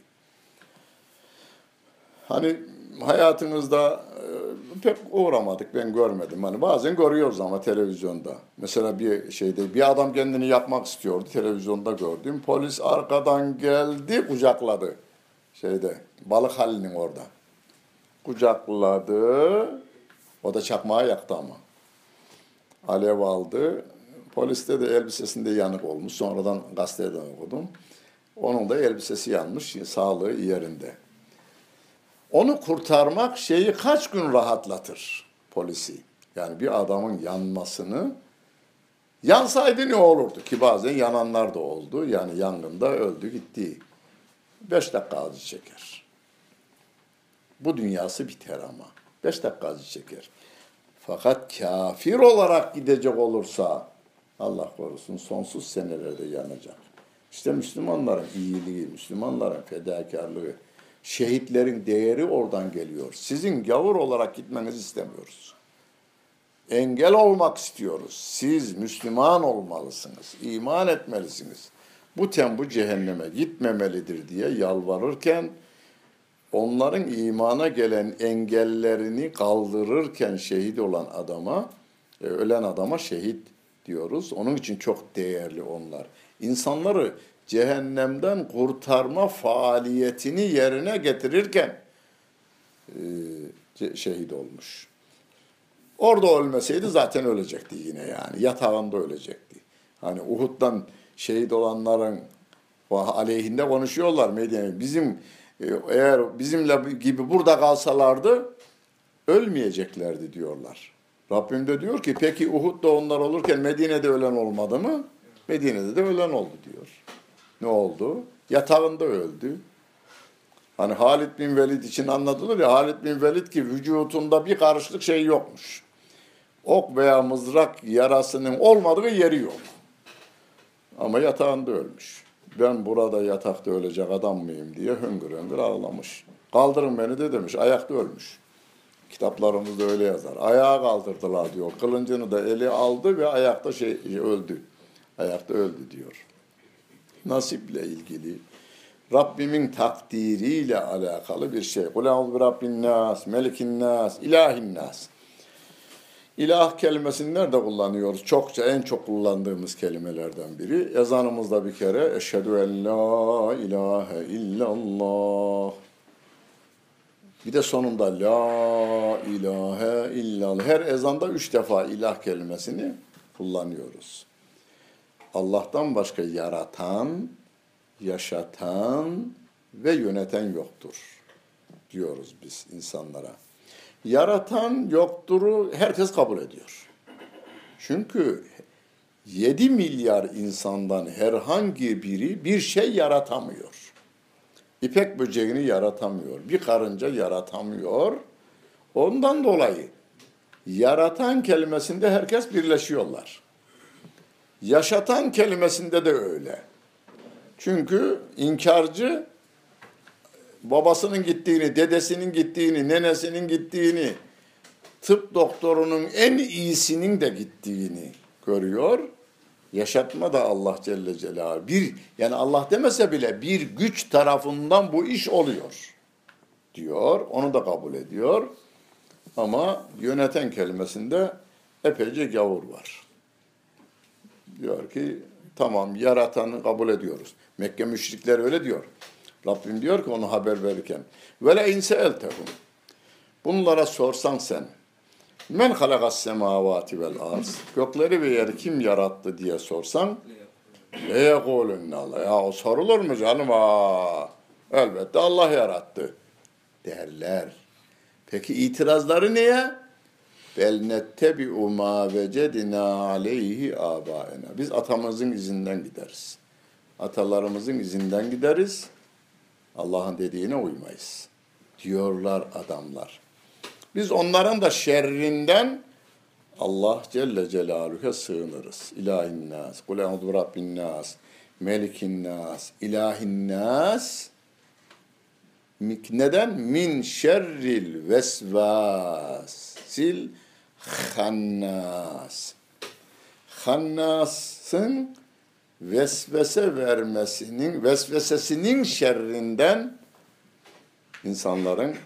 A: Hani hayatınızda e, pek uğramadık, ben görmedim. Hani bazen görüyoruz ama televizyonda. Mesela bir şeyde bir adam kendini yakmak istiyordu, televizyonda gördüm. Polis arkadan geldi, kucakladı. Şeyde, Balık Hali'nin orada. Kucakladı, o da çakmağı yaktı ama. Alev aldı. Poliste de elbisesinde yanık olmuş. Sonradan gazeteden okudum. Onun da elbisesi yanmış, sağlığı yerinde. Onu kurtarmak şeyi kaç gün rahatlatır polisi. Yani bir adamın yanmasını, yansaydı ne olurdu ki bazen yananlar da oldu. Yani yangında öldü gitti. Beş dakika acı çeker. Bu dünyası biter ama. Beş dakika acı çeker. Fakat kafir olarak gidecek olursa Allah korusun sonsuz senelerde yanacak. İşte Müslümanların iyiliği, Müslümanların fedakarlığı, şehitlerin değeri oradan geliyor. Sizin gavur olarak gitmenizi istemiyoruz. engel olmak istiyoruz. Siz Müslüman olmalısınız, iman etmelisiniz. Bu tem bu cehenneme gitmemelidir diye yalvarırken, onların imana gelen engellerini kaldırırken şehit olan adama, e, ölen adama şehit diyoruz. Onun için çok değerli onlar. İnsanları cehennemden kurtarma faaliyetini yerine getirirken e, şehit olmuş. Orada ölmeseydi zaten ölecekti yine yani. Yatağında ölecekti. Hani Uhud'dan şehit olanların aleyhinde konuşuyorlar Medine. Bizim eğer bizimle gibi burada kalsalardı ölmeyeceklerdi diyorlar. Rabbim de diyor ki peki Uhud'da onlar olurken Medine'de ölen olmadı mı? Medine'de de ölen oldu diyor. Ne oldu? Yatağında öldü. Hani Halid bin Velid için anlatılır ya, Halid bin Velid ki vücudunda bir karışlık şey yokmuş. Ok veya mızrak yarasının olmadığı yeri yok. Ama yatağında ölmüş. Ben burada yatakta ölecek adam mıyım diye hüngür hüngür ağlamış. Kaldırın beni de demiş, ayakta ölmüş. Kitaplarımızda öyle yazar. Ayağa kaldırdılar diyor. Kılıncını da eli aldı ve ayakta şey öldü. Ayakta öldü diyor. Nasiple ilgili, Rabbimin takdiriyle alakalı bir şey. Kul a'udhu bi rabbin nas, melikin nas, ilahin nas. İlah kelimesini nerede kullanıyoruz? Çokça, en çok kullandığımız kelimelerden biri. Ezanımızda bir kere eşhedü en la ilahe illallah. Bir de sonunda la ilahe illallah. Her ezanda üç defa ilah kelimesini kullanıyoruz. Allah'tan başka yaratan, yaşatan ve yöneten yoktur diyoruz biz insanlara. Yaratan yokturu herkes kabul ediyor. Çünkü yedi milyar insandan herhangi biri bir şey yaratamıyor. İpek böceğini yaratamıyor, bir karınca yaratamıyor. Ondan dolayı yaratan kelimesinde herkes birleşiyorlar. Yaşatan kelimesinde de öyle. Çünkü inkarcı babasının gittiğini, dedesinin gittiğini, nenesinin gittiğini, tıp doktorunun en iyisinin de gittiğini görüyor. Yaşatma da Allah Celle Celaluhu. Bir, yani Allah demese bile bir güç tarafından bu iş oluyor diyor. Onu da kabul ediyor. Ama yöneten kelimesinde epeyce gavur var. Diyor ki tamam, yaratanı kabul ediyoruz. Mekke müşrikler öyle diyor. Rabbim diyor ki onu haber verirken ve le inse eltehum. Bunlara sorsan sen, men halakas semavati vel arz, gökleri ve yeri kim yarattı diye sorsan, le yekulunne Allah. Ya o sorulur mu canım? Aa, elbette Allah yarattı derler. Peki itirazları neye? Bel nettebi'u ma vecedina aleyhi abaena. Biz atamızın izinden gideriz. Atalarımızın izinden gideriz. Allah'ın dediğine uymayız diyorlar adamlar. Biz onların da şerrinden Allah Celle Celaluhu'ya sığınırız. İlahin nas, kul e'udhu rabbin nas, melikin nas, ilahin nas. Neden? Min şerril vesvasil hannas. Hannasın vesvese vermesinin, vesvesesinin şerrinden insanların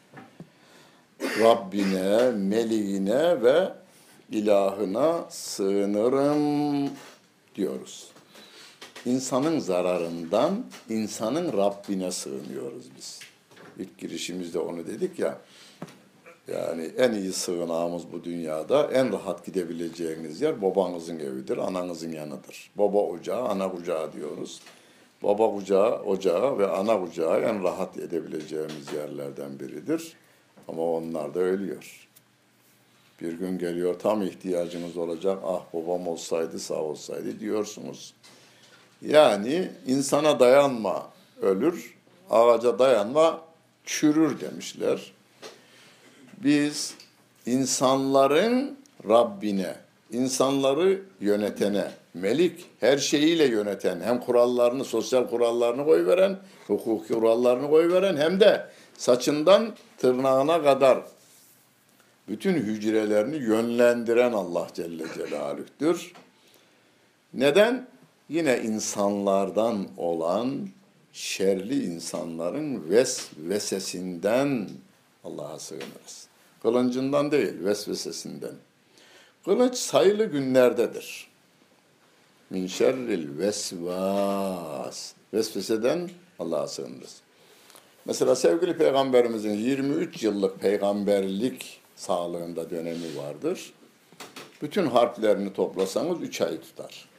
A: Rabbine, meleğine ve ilahına sığınırım diyoruz. İnsanın zararından insanın Rabbine sığınıyoruz biz. İlk girişimizde onu dedik ya. Yani en iyi sığınağımız bu dünyada, en rahat gidebileceğiniz yer babanızın evidir, ananızın yanıdır. Baba ocağı, ana kucağı diyoruz. Baba kucağı, ocağı ve ana kucağı en rahat edebileceğimiz yerlerden biridir. Ama onlar da ölüyor. Bir gün geliyor, tam ihtiyacınız olacak, ah babam olsaydı, sağ olsaydı diyorsunuz. Yani insana dayanma ölür, ağaca dayanma çürür demişler. Biz insanların Rabbine, insanları yönetene, melik, her şeyiyle yöneten, hem kurallarını, sosyal kurallarını koyveren, hukuki kurallarını koyveren, hem de saçından tırnağına kadar bütün hücrelerini yönlendiren Allah Celle Celaluh'tür. Neden? Yine insanlardan olan şerli insanların vesvesesinden Allah'a sığınırız. Kılıncından değil, vesvesesinden. Kılıç sayılı günlerdedir. Min şerril vesvas. Vesveseden Allah'a sığınırız. Mesela sevgili Peygamberimizin yirmi üç yıllık peygamberlik sağlığında dönemi vardır. Bütün harplerini toplasanız üç ay tutar.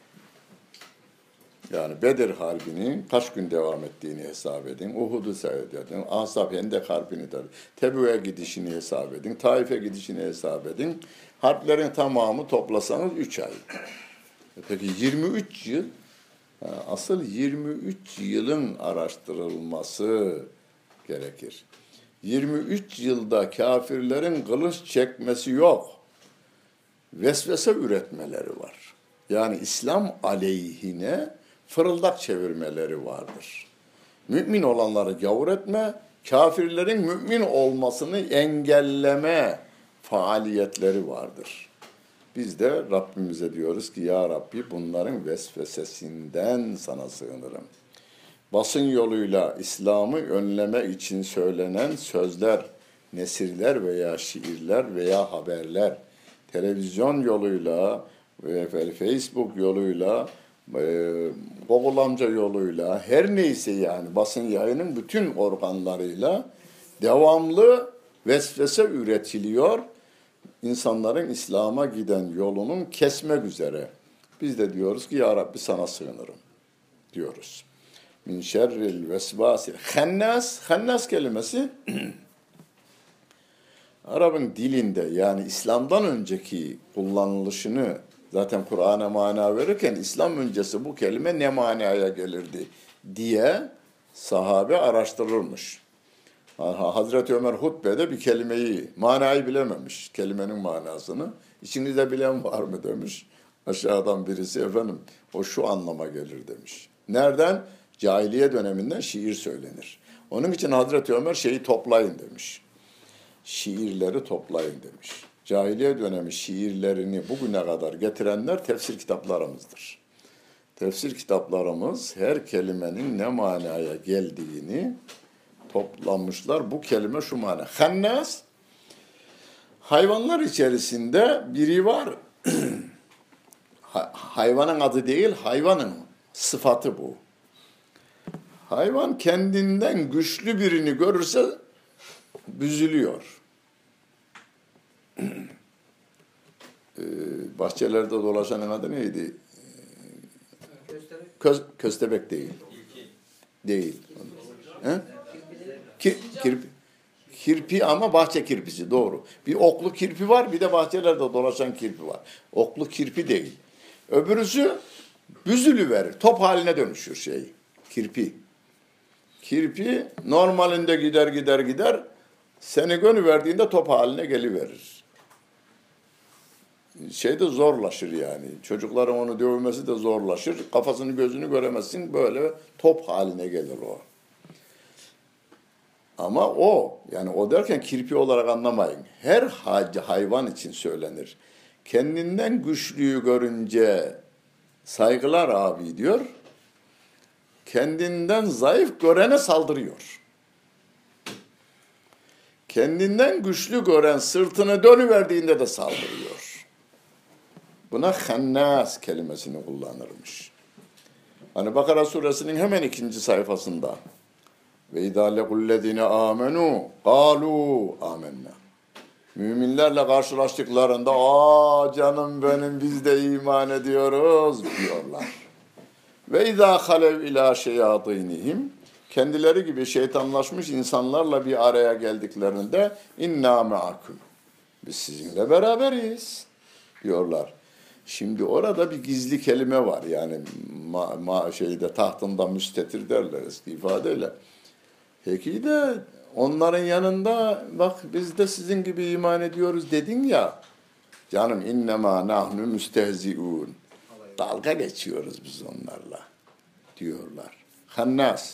A: Yani Bedir Harbi'nin kaç gün devam ettiğini hesap edin. Uhud'u seyredin. Ahzab Hendek Harbi'ni de, Tebük'e gidişini hesap edin. Taif'e gidişini hesap edin. Harplerin tamamı toplasanız üç ay. Peki yirmi üç yıl, asıl yirmi üç yılın araştırılması gerekir. yirmi üç yılda kafirlerin kılıç çekmesi yok. Vesvese üretmeleri var. Yani İslam aleyhine fırıldak çevirmeleri vardır. Mümin olanları gavur etme, kafirlerin mümin olmasını engelleme faaliyetleri vardır. Biz de Rabbimize diyoruz ki ya Rabbi bunların vesvesesinden sana sığınırım. Basın yoluyla İslam'ı önleme için söylenen sözler, nesirler veya şiirler veya haberler, televizyon yoluyla, Facebook yoluyla, Google amca yoluyla, her neyse yani basın yayının bütün organlarıyla devamlı vesvese üretiliyor. İnsanların İslam'a giden yolunun kesmek üzere. Biz de diyoruz ki ya Rabbi sana sığınırım diyoruz. Min şerril vesvasi. Hennas, hennas kelimesi Arap'ın dilinde yani İslam'dan önceki kullanılışını zaten Kur'an'a mana verirken İslam öncesi bu kelime ne manaya gelirdi diye sahabe araştırılmış. Hazreti Ömer hutbede bir kelimeyi, manayı bilememiş, kelimenin manasını. İçinizde bilen var mı demiş. Aşağıdan birisi efendim o şu anlama gelir demiş. Nereden? Cahiliye döneminden şiir söylenir. Onun için Hazreti Ömer şeyi toplayın demiş. Şiirleri toplayın demiş. Cahiliye dönemi şiirlerini bugüne kadar getirenler tefsir kitaplarımızdır. Tefsir kitaplarımız her kelimenin ne manaya geldiğini toplamışlar. Bu kelime şu mana. Hennas, hayvanlar içerisinde biri var. Hayvanın adı değil, hayvanın sıfatı bu. Hayvan kendinden güçlü birini görürse büzülüyor. ee, bahçelerde dolaşanın adı neydi? Köstebek. Köz, köstebek değil. Değil. He? Kir, kirpi, kirpi ama bahçe kirpisi doğru. Bir oklu kirpi var, bir de bahçelerde dolaşan kirpi var. Oklu kirpi değil. Öbürüsü büzülüverir. Top haline dönüşür şey. Kirpi. Kirpi normalinde gider gider gider. Seni gönüverdiğinde top haline geliverir. Şey de zorlaşır yani. Çocukların onu dövmesi de zorlaşır. Kafasını gözünü göremezsin. Böyle top haline gelir o. Ama o, yani o derken kirpi olarak anlamayın. Her hayvan için söylenir. Kendinden güçlüyü görünce saygılar abi diyor. Kendinden zayıf görene saldırıyor. Kendinden güçlü gören sırtını dönüverdiğinde de saldırıyor. Buna hennas kelimesini kullanırmış. Hani Bakara suresinin hemen ikinci sayfasında ve idâ lekullezine âmenû kâlû âmennâ. Müminlerle karşılaştıklarında aa canım benim biz de iman ediyoruz diyorlar. Ve izâ halev ilâ şeyâtînihim, kendileri gibi şeytanlaşmış insanlarla bir araya geldiklerinde innâ me'akum, biz sizinle beraberiz diyorlar. Şimdi orada bir gizli kelime var yani ma, ma, şeyde tahtında müstetir derler eski ifadeyle. Peki de onların yanında bak biz de sizin gibi iman ediyoruz dedin ya. Canım innemâ nahnu müstehzi'ûn. Dalga geçiyoruz biz onlarla diyorlar. Hannas.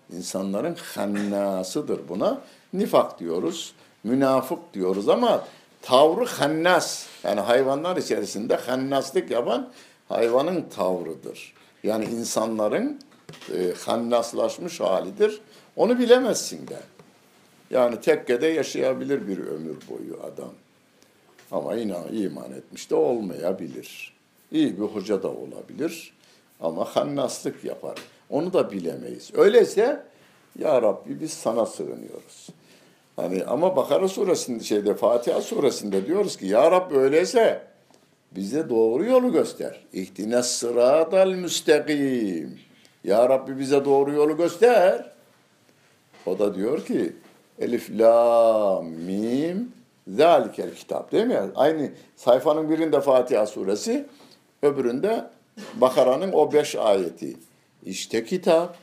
A: İnsanların hannasıdır buna. Nifak diyoruz. Münafık diyoruz ama tavrı hannas. Yani hayvanlar içerisinde hannaslık yapan hayvanın tavrıdır. Yani insanların e, hannaslaşmış halidir. Onu bilemezsin de. Yani tekkede yaşayabilir bir ömür boyu adam. Ama inan, iman etmiş de olmayabilir. İyi bir hoca da olabilir. Ama hannaslık yapar. Onu da bilemeyiz. Öyleyse ya Rabbi biz sana sığınıyoruz. Hani ama Bakara suresinde şeyde Fatiha suresinde diyoruz ki ya Rabbi öyleyse bize doğru yolu göster. İhdines sıratal müstakim. Ya Rabbi bize doğru yolu göster. O da diyor ki Elif, la, mim, zalikel kitap değil mi? Aynı sayfanın birinde Fatiha suresi, öbüründe Bakara'nın o beş ayeti. İşte kitap.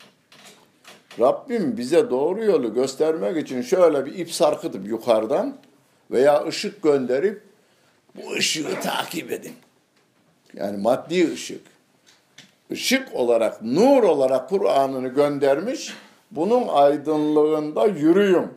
A: Rabbim bize doğru yolu göstermek için şöyle bir ip sarkıtıp yukarıdan veya ışık gönderip bu ışığı takip edin. Yani maddi ışık. Işık olarak, nur olarak Kur'an'ını göndermiş. Bunun aydınlığında yürüyün.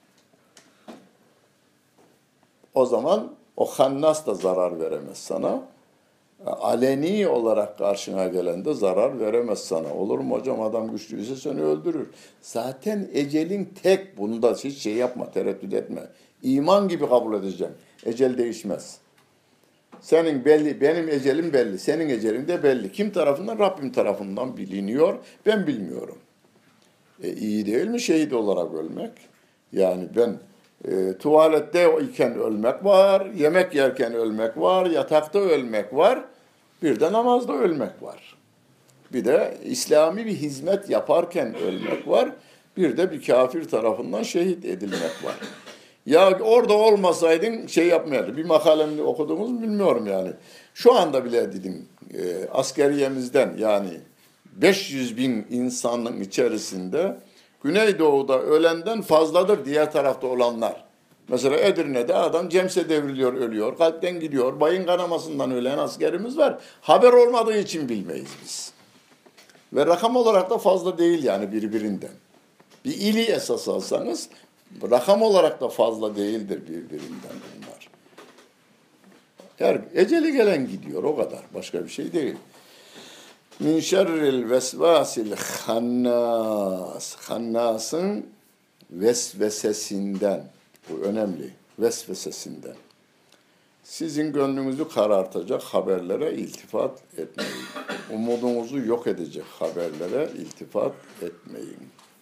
A: O zaman o hannas da zarar veremez sana. Aleni olarak karşına gelen de zarar veremez sana. Olur mu hocam, adam güçlüyse seni öldürür. Zaten ecelin tek, bunu da hiç şey yapma, tereddüt etme. İman gibi kabul edeceğim. Ecel değişmez. Senin belli, benim ecelim belli, senin ecelin de belli. Kim tarafından? Rabbim tarafından biliniyor, ben bilmiyorum. E, iyi değil mi şehit olarak ölmek? Yani ben e, tuvalette iken ölmek var, yemek yerken ölmek var, yatakta ölmek var, bir de namazda ölmek var. Bir de İslami bir hizmet yaparken ölmek var, bir de bir kafir tarafından şehit edilmek var. Ya orada olmasaydın şey yapmayardı. Bir makalemde okudunuz mu bilmiyorum yani. Şu anda bile dedim e, askeriyemizden yani beş yüz bin insanın içerisinde Güneydoğu'da ölenden fazladır diğer tarafta olanlar. Mesela Edirne'de adam Cemse devriliyor, ölüyor, kalpten gidiyor, bayın kanamasından ölen askerimiz var. Haber olmadığı için bilmeyiz biz. Ve rakam olarak da fazla değil yani birbirinden. Bir ili esas alsanız rakam olarak da fazla değildir birbirinden bunlar. Her eceli gelen gidiyor, o kadar. Başka bir şey değil. Min şerril vesvasil hannas. Hannasın vesvesesinden. Bu önemli. Vesvesesinden. Sizin gönlünüzü karartacak haberlere iltifat etmeyin. Umudunuzu yok edecek haberlere iltifat etmeyin.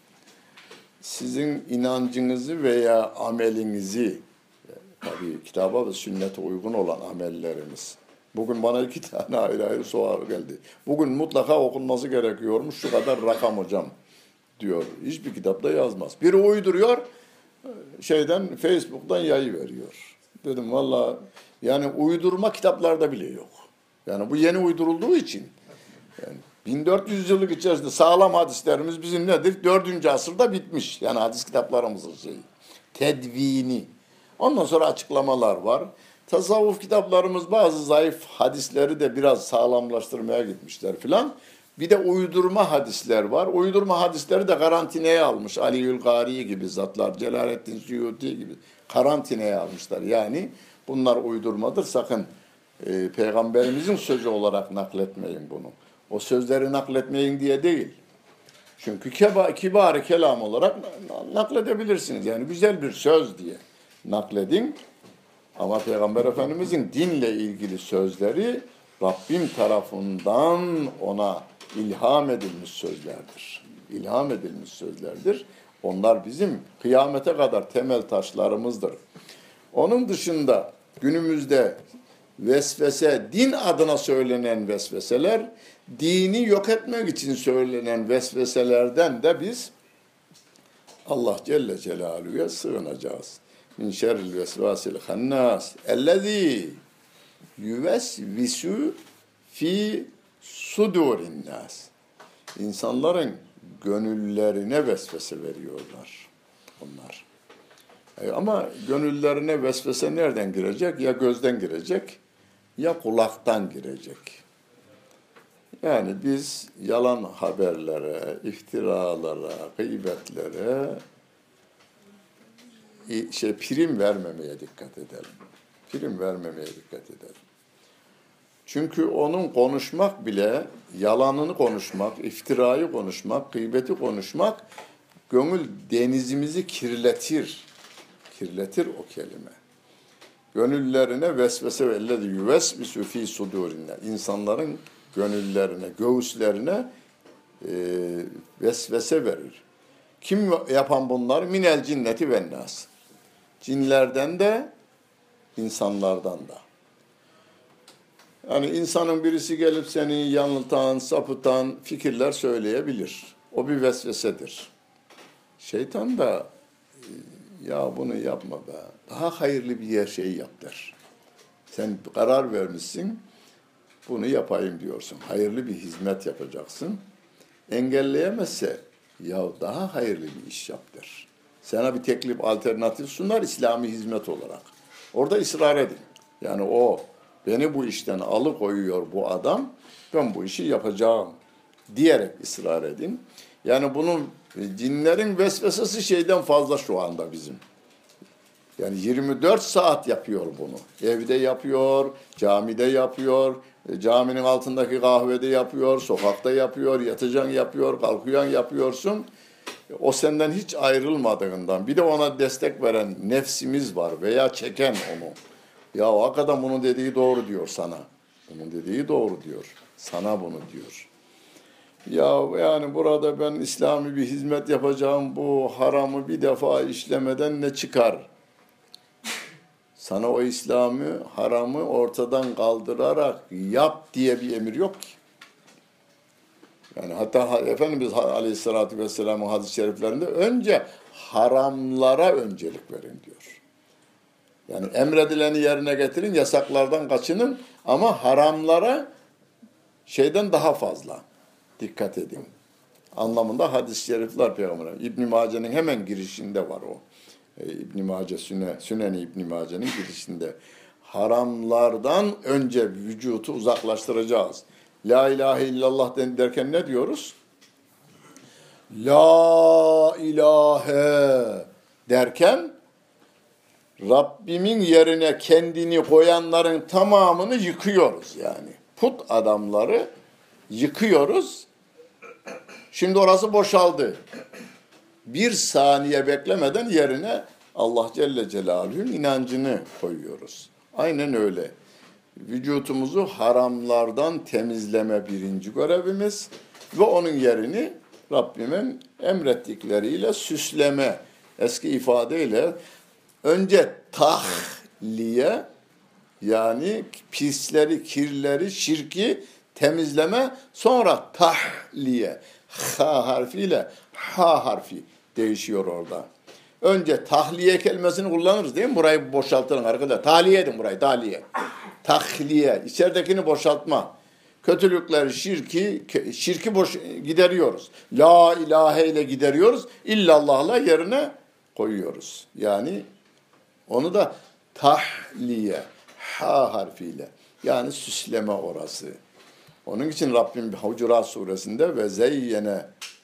A: Sizin inancınızı veya amelinizi, tabii kitaba ve sünnete uygun olan amellerimiz. Bugün bana iki tane ayrı ayrı soru geldi. Bugün mutlaka okunması gerekiyormuş şu kadar rakam hocam diyor. Hiçbir kitapta yazmaz. Biri uyduruyor, şeyden Facebook'tan yayı veriyor. Dedim valla yani uydurma kitaplarda bile yok. Yani bu yeni uydurulduğu için. Yani bin dört yüz yıllık içerisinde sağlam hadislerimiz bizim nedir? dördüncü asırda bitmiş. Yani hadis kitaplarımızın şeyi. Tedvini. Ondan sonra açıklamalar var. Tasavvuf kitaplarımız bazı zayıf hadisleri de biraz sağlamlaştırmaya gitmişler filan. Bir de uydurma hadisler var. Uydurma hadisleri de karantinaya almış. Aliül Gari gibi zatlar, Celaleddin Suyuti gibi karantinaya almışlar. Yani bunlar uydurmadır. Sakın e, Peygamberimizin sözü olarak nakletmeyin bunu. O sözleri nakletmeyin diye değil. Çünkü keba, kibar kelam olarak nakledebilirsiniz. Yani güzel bir söz diye nakledin. Ama Peygamber Efendimizin dinle ilgili sözleri Rabbim tarafından ona ilham edilmiş sözlerdir. İlham edilmiş sözlerdir. Onlar bizim kıyamete kadar temel taşlarımızdır. Onun dışında günümüzde vesvese, din adına söylenen vesveseler, dini yok etmek için söylenen vesveselerden de biz Allah Celle Celaluhu'ya sığınacağız. Min şerril vesvasil hannas ellezî yüvesvisu fi sudurin nas. İnsanların gönüllerine vesvese veriyorlar onlar. E ama gönüllerine vesvese nereden girecek? Ya gözden girecek ya kulaktan girecek. Yani biz yalan haberlere, iftiralara, gıybetlere şey prim vermemeye dikkat edelim. Prim vermemeye dikkat edelim. Çünkü onun konuşmak bile, yalanını konuşmak, iftirayı konuşmak, gıybeti konuşmak, gönül denizimizi kirletir. Kirletir o kelime. Gönüllerine vesvese ve ellezî yuvesvisu fî sudûrine. İnsanların gönüllerine, göğüslerine e, vesvese verir. Kim yapan bunlar? Minel cinneti ve nas. Cinlerden de, insanlardan da. Yani insanın birisi gelip seni yanıltan, sapıtan fikirler söyleyebilir. O bir vesvesedir. Şeytan da ya bunu yapma be, daha hayırlı bir şey yap der. Sen karar vermişsin, bunu yapayım diyorsun. Hayırlı bir hizmet yapacaksın. Engelleyemezse ya daha hayırlı bir iş yap der. Sana bir teklif, alternatif sunar İslami hizmet olarak. Orada ısrar edin. Yani o beni bu işten alıkoyuyor bu adam, ben bu işi yapacağım diyerek ısrar edin. Yani bunun cinlerin vesvesesi şeyden fazla şu anda bizim. Yani yirmi dört saat yapıyor bunu. Evde yapıyor, camide yapıyor, caminin altındaki kahvede yapıyor, sokakta yapıyor, yatacaksın yapıyor, kalkıyorsun yapıyorsun. O senden hiç ayrılmadığından, bir de ona destek veren nefsimiz var veya çeken onu. Ya o hakikaten bunun dediği doğru diyor sana. Bunun dediği doğru diyor. Sana bunu diyor. Ya yani burada ben İslami bir hizmet yapacağım, bu haramı bir defa işlemeden ne çıkar? Sana o İslami haramı ortadan kaldırarak yap diye bir emir yok ki. Yani hatta Efendimiz Aleyhisselatü Vesselam'ın hadis-i şeriflerinde önce haramlara öncelik verin diyor. Yani emredileni yerine getirin, yasaklardan kaçının ama haramlara şeyden daha fazla dikkat edin. Anlamında hadis-i şerifler Peygamber'e. İbn-i Mace'nin hemen girişinde var o. Ee, İbn-i Mace, Süne, Sünen-i İbn-i Mace'nin girişinde. Haramlardan önce vücutu uzaklaştıracağız. La ilahe illallah derken ne diyoruz? La ilahe derken Rabbimin yerine kendini koyanların tamamını yıkıyoruz yani. Put adamları yıkıyoruz. Şimdi orası boşaldı. Bir saniye beklemeden yerine Allah Celle Celaluhu'nun inancını koyuyoruz. Aynen öyle. Vücutumuzu haramlardan temizleme birinci görevimiz ve onun yerini Rabbimin emrettikleriyle süsleme. Eski ifadeyle önce tahliye yani pisleri, kirleri, şirki temizleme, sonra tahliye. Ha harfiyle ha harfi değişiyor orada. Önce tahliye kelimesini kullanırız değil mi? Burayı boşaltın arkadaşlar. Tahliye edin burayı, tahliye. Tahliye, içeridekini boşaltma. Kötülükleri, şirki, şirki boş gideriyoruz. La ilahe ile gideriyoruz. İllallah'la yerine koyuyoruz. Yani onu da tahliye, ha harfiyle. Yani süsleme orası. Onun için Rabbim Hucurat suresinde ve zeyyene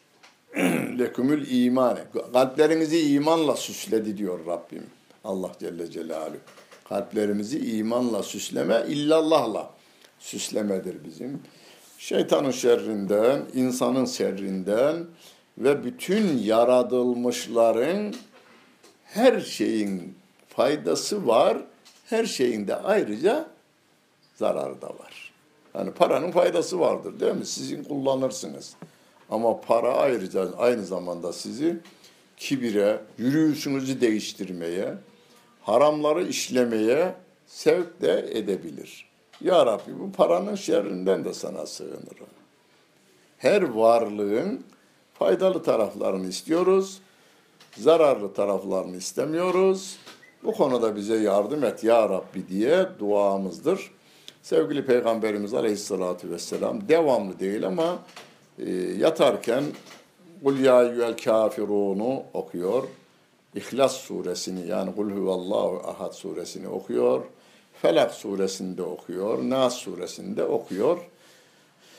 A: lekümül imane. Kalplerinizi imanla süsledi diyor Rabbim. Allah Celle Celaluhu. Kalplerimizi imanla süsleme, illallahla süslemedir bizim. Şeytanın şerrinden, insanın şerrinden ve bütün yaratılmışların her şeyin faydası var, her şeyin de ayrıca zararı da var. Yani paranın faydası vardır değil mi? Sizin kullanırsınız. Ama para ayrıca aynı zamanda sizi kibire, yürüyüşünüzü değiştirmeye, haramları işlemeye sevk de edebilir. Ya Rabbi bu paranın şerrinden de sana sığınırım. Her varlığın faydalı taraflarını istiyoruz, zararlı taraflarını istemiyoruz. Bu konuda bize yardım et ya Rabbi diye duamızdır. Sevgili Peygamberimiz Aleyhisselatü Vesselam devamlı değil ama e, yatarken Kul ya eyyuhel kafirunu okuyor. İhlas suresini yani Kul huvallahu ahad suresini okuyor. Felak suresinde okuyor. Nas suresinde okuyor.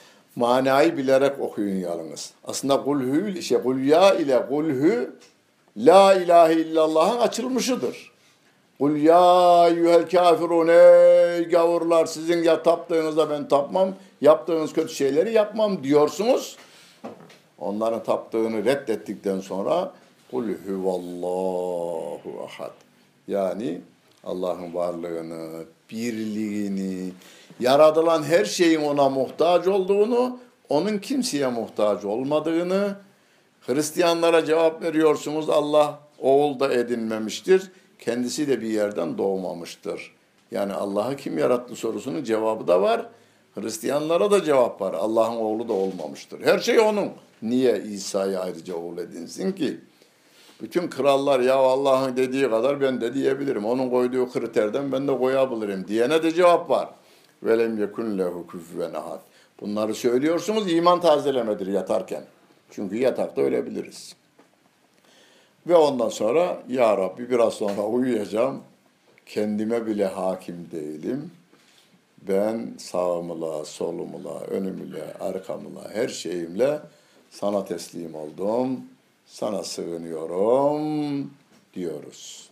A: Manayı bilerek okuyun yalnız. Aslında kulhü, şey, kul ya ile kulhü La ilahe illallah'ın açılmışıdır. Kul ya eyyuhel kafirun, ey gavurlar, sizin ya taptığınızda ben tapmam, yaptığınız kötü şeyleri yapmam diyorsunuz. Onların taptığını reddettikten sonra kul huvallahu ahad. Yani Allah'ın varlığını, birliğini, yaratılan her şeyin ona muhtaç olduğunu, onun kimseye muhtaç olmadığını, Hristiyanlara cevap veriyorsunuz, Allah oğul da edinmemiştir, kendisi de bir yerden doğmamıştır. Yani Allah'ı kim yarattı sorusunun cevabı da var. Hristiyanlara da cevap var. Allah'ın oğlu da olmamıştır. Her şey onun. Niye İsa'yı ayrıca oğul edinsin ki? Bütün krallar ya Allah'ın dediği kadar ben de diyebilirim. Onun koyduğu kriterden ben de koyabilirim diyene de cevap var. Velem yekun lehu kufuven ahad. Bunları söylüyorsunuz, iman tazelemedir yatarken. Çünkü yatakta ölebiliriz. Ve ondan sonra ya Rabbi biraz sonra uyuyacağım. Kendime bile hakim değilim. Ben sağımla, solumla, önümle, arkamla, her şeyimle sana teslim oldum. Sana sığınıyorum diyoruz.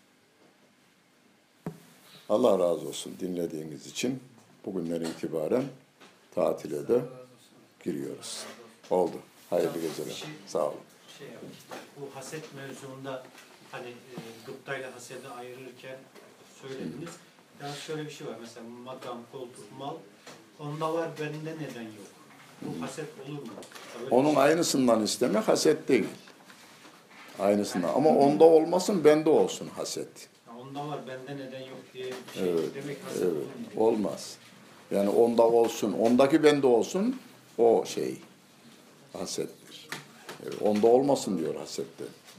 A: Allah razı olsun dinlediğiniz için. Bugünden itibaren tatile de giriyoruz. Oldu. Hayırlı geceler. Şey, Sağ olun.
B: Şey, bu haset mevzunda hani e, gıptayla hasedi ayırırken söylediniz. Yani şöyle bir şey var. Mesela makam, koltuk, mal. Onda var, bende neden yok? Bu haset olur mu? Böyle
A: Onun şey. Aynısından istemek haset değil. Aynısından. Ama onda olmasın, bende olsun haset.
B: Onda var, bende neden yok diye bir şey
A: evet,
B: demek haset
A: evet,
B: olur mu?
A: Olmaz. Yani onda olsun, ondaki bende olsun, o şey hasettir. Evet, onda olmasın diyor hasette.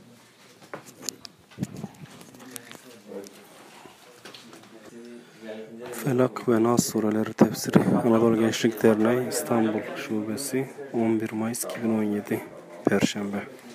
C: Felak ve Nas sureleri tefsiri Anadolu Gençlik Derneği İstanbul Şubesi on bir Mayıs iki bin on yedi Perşembe.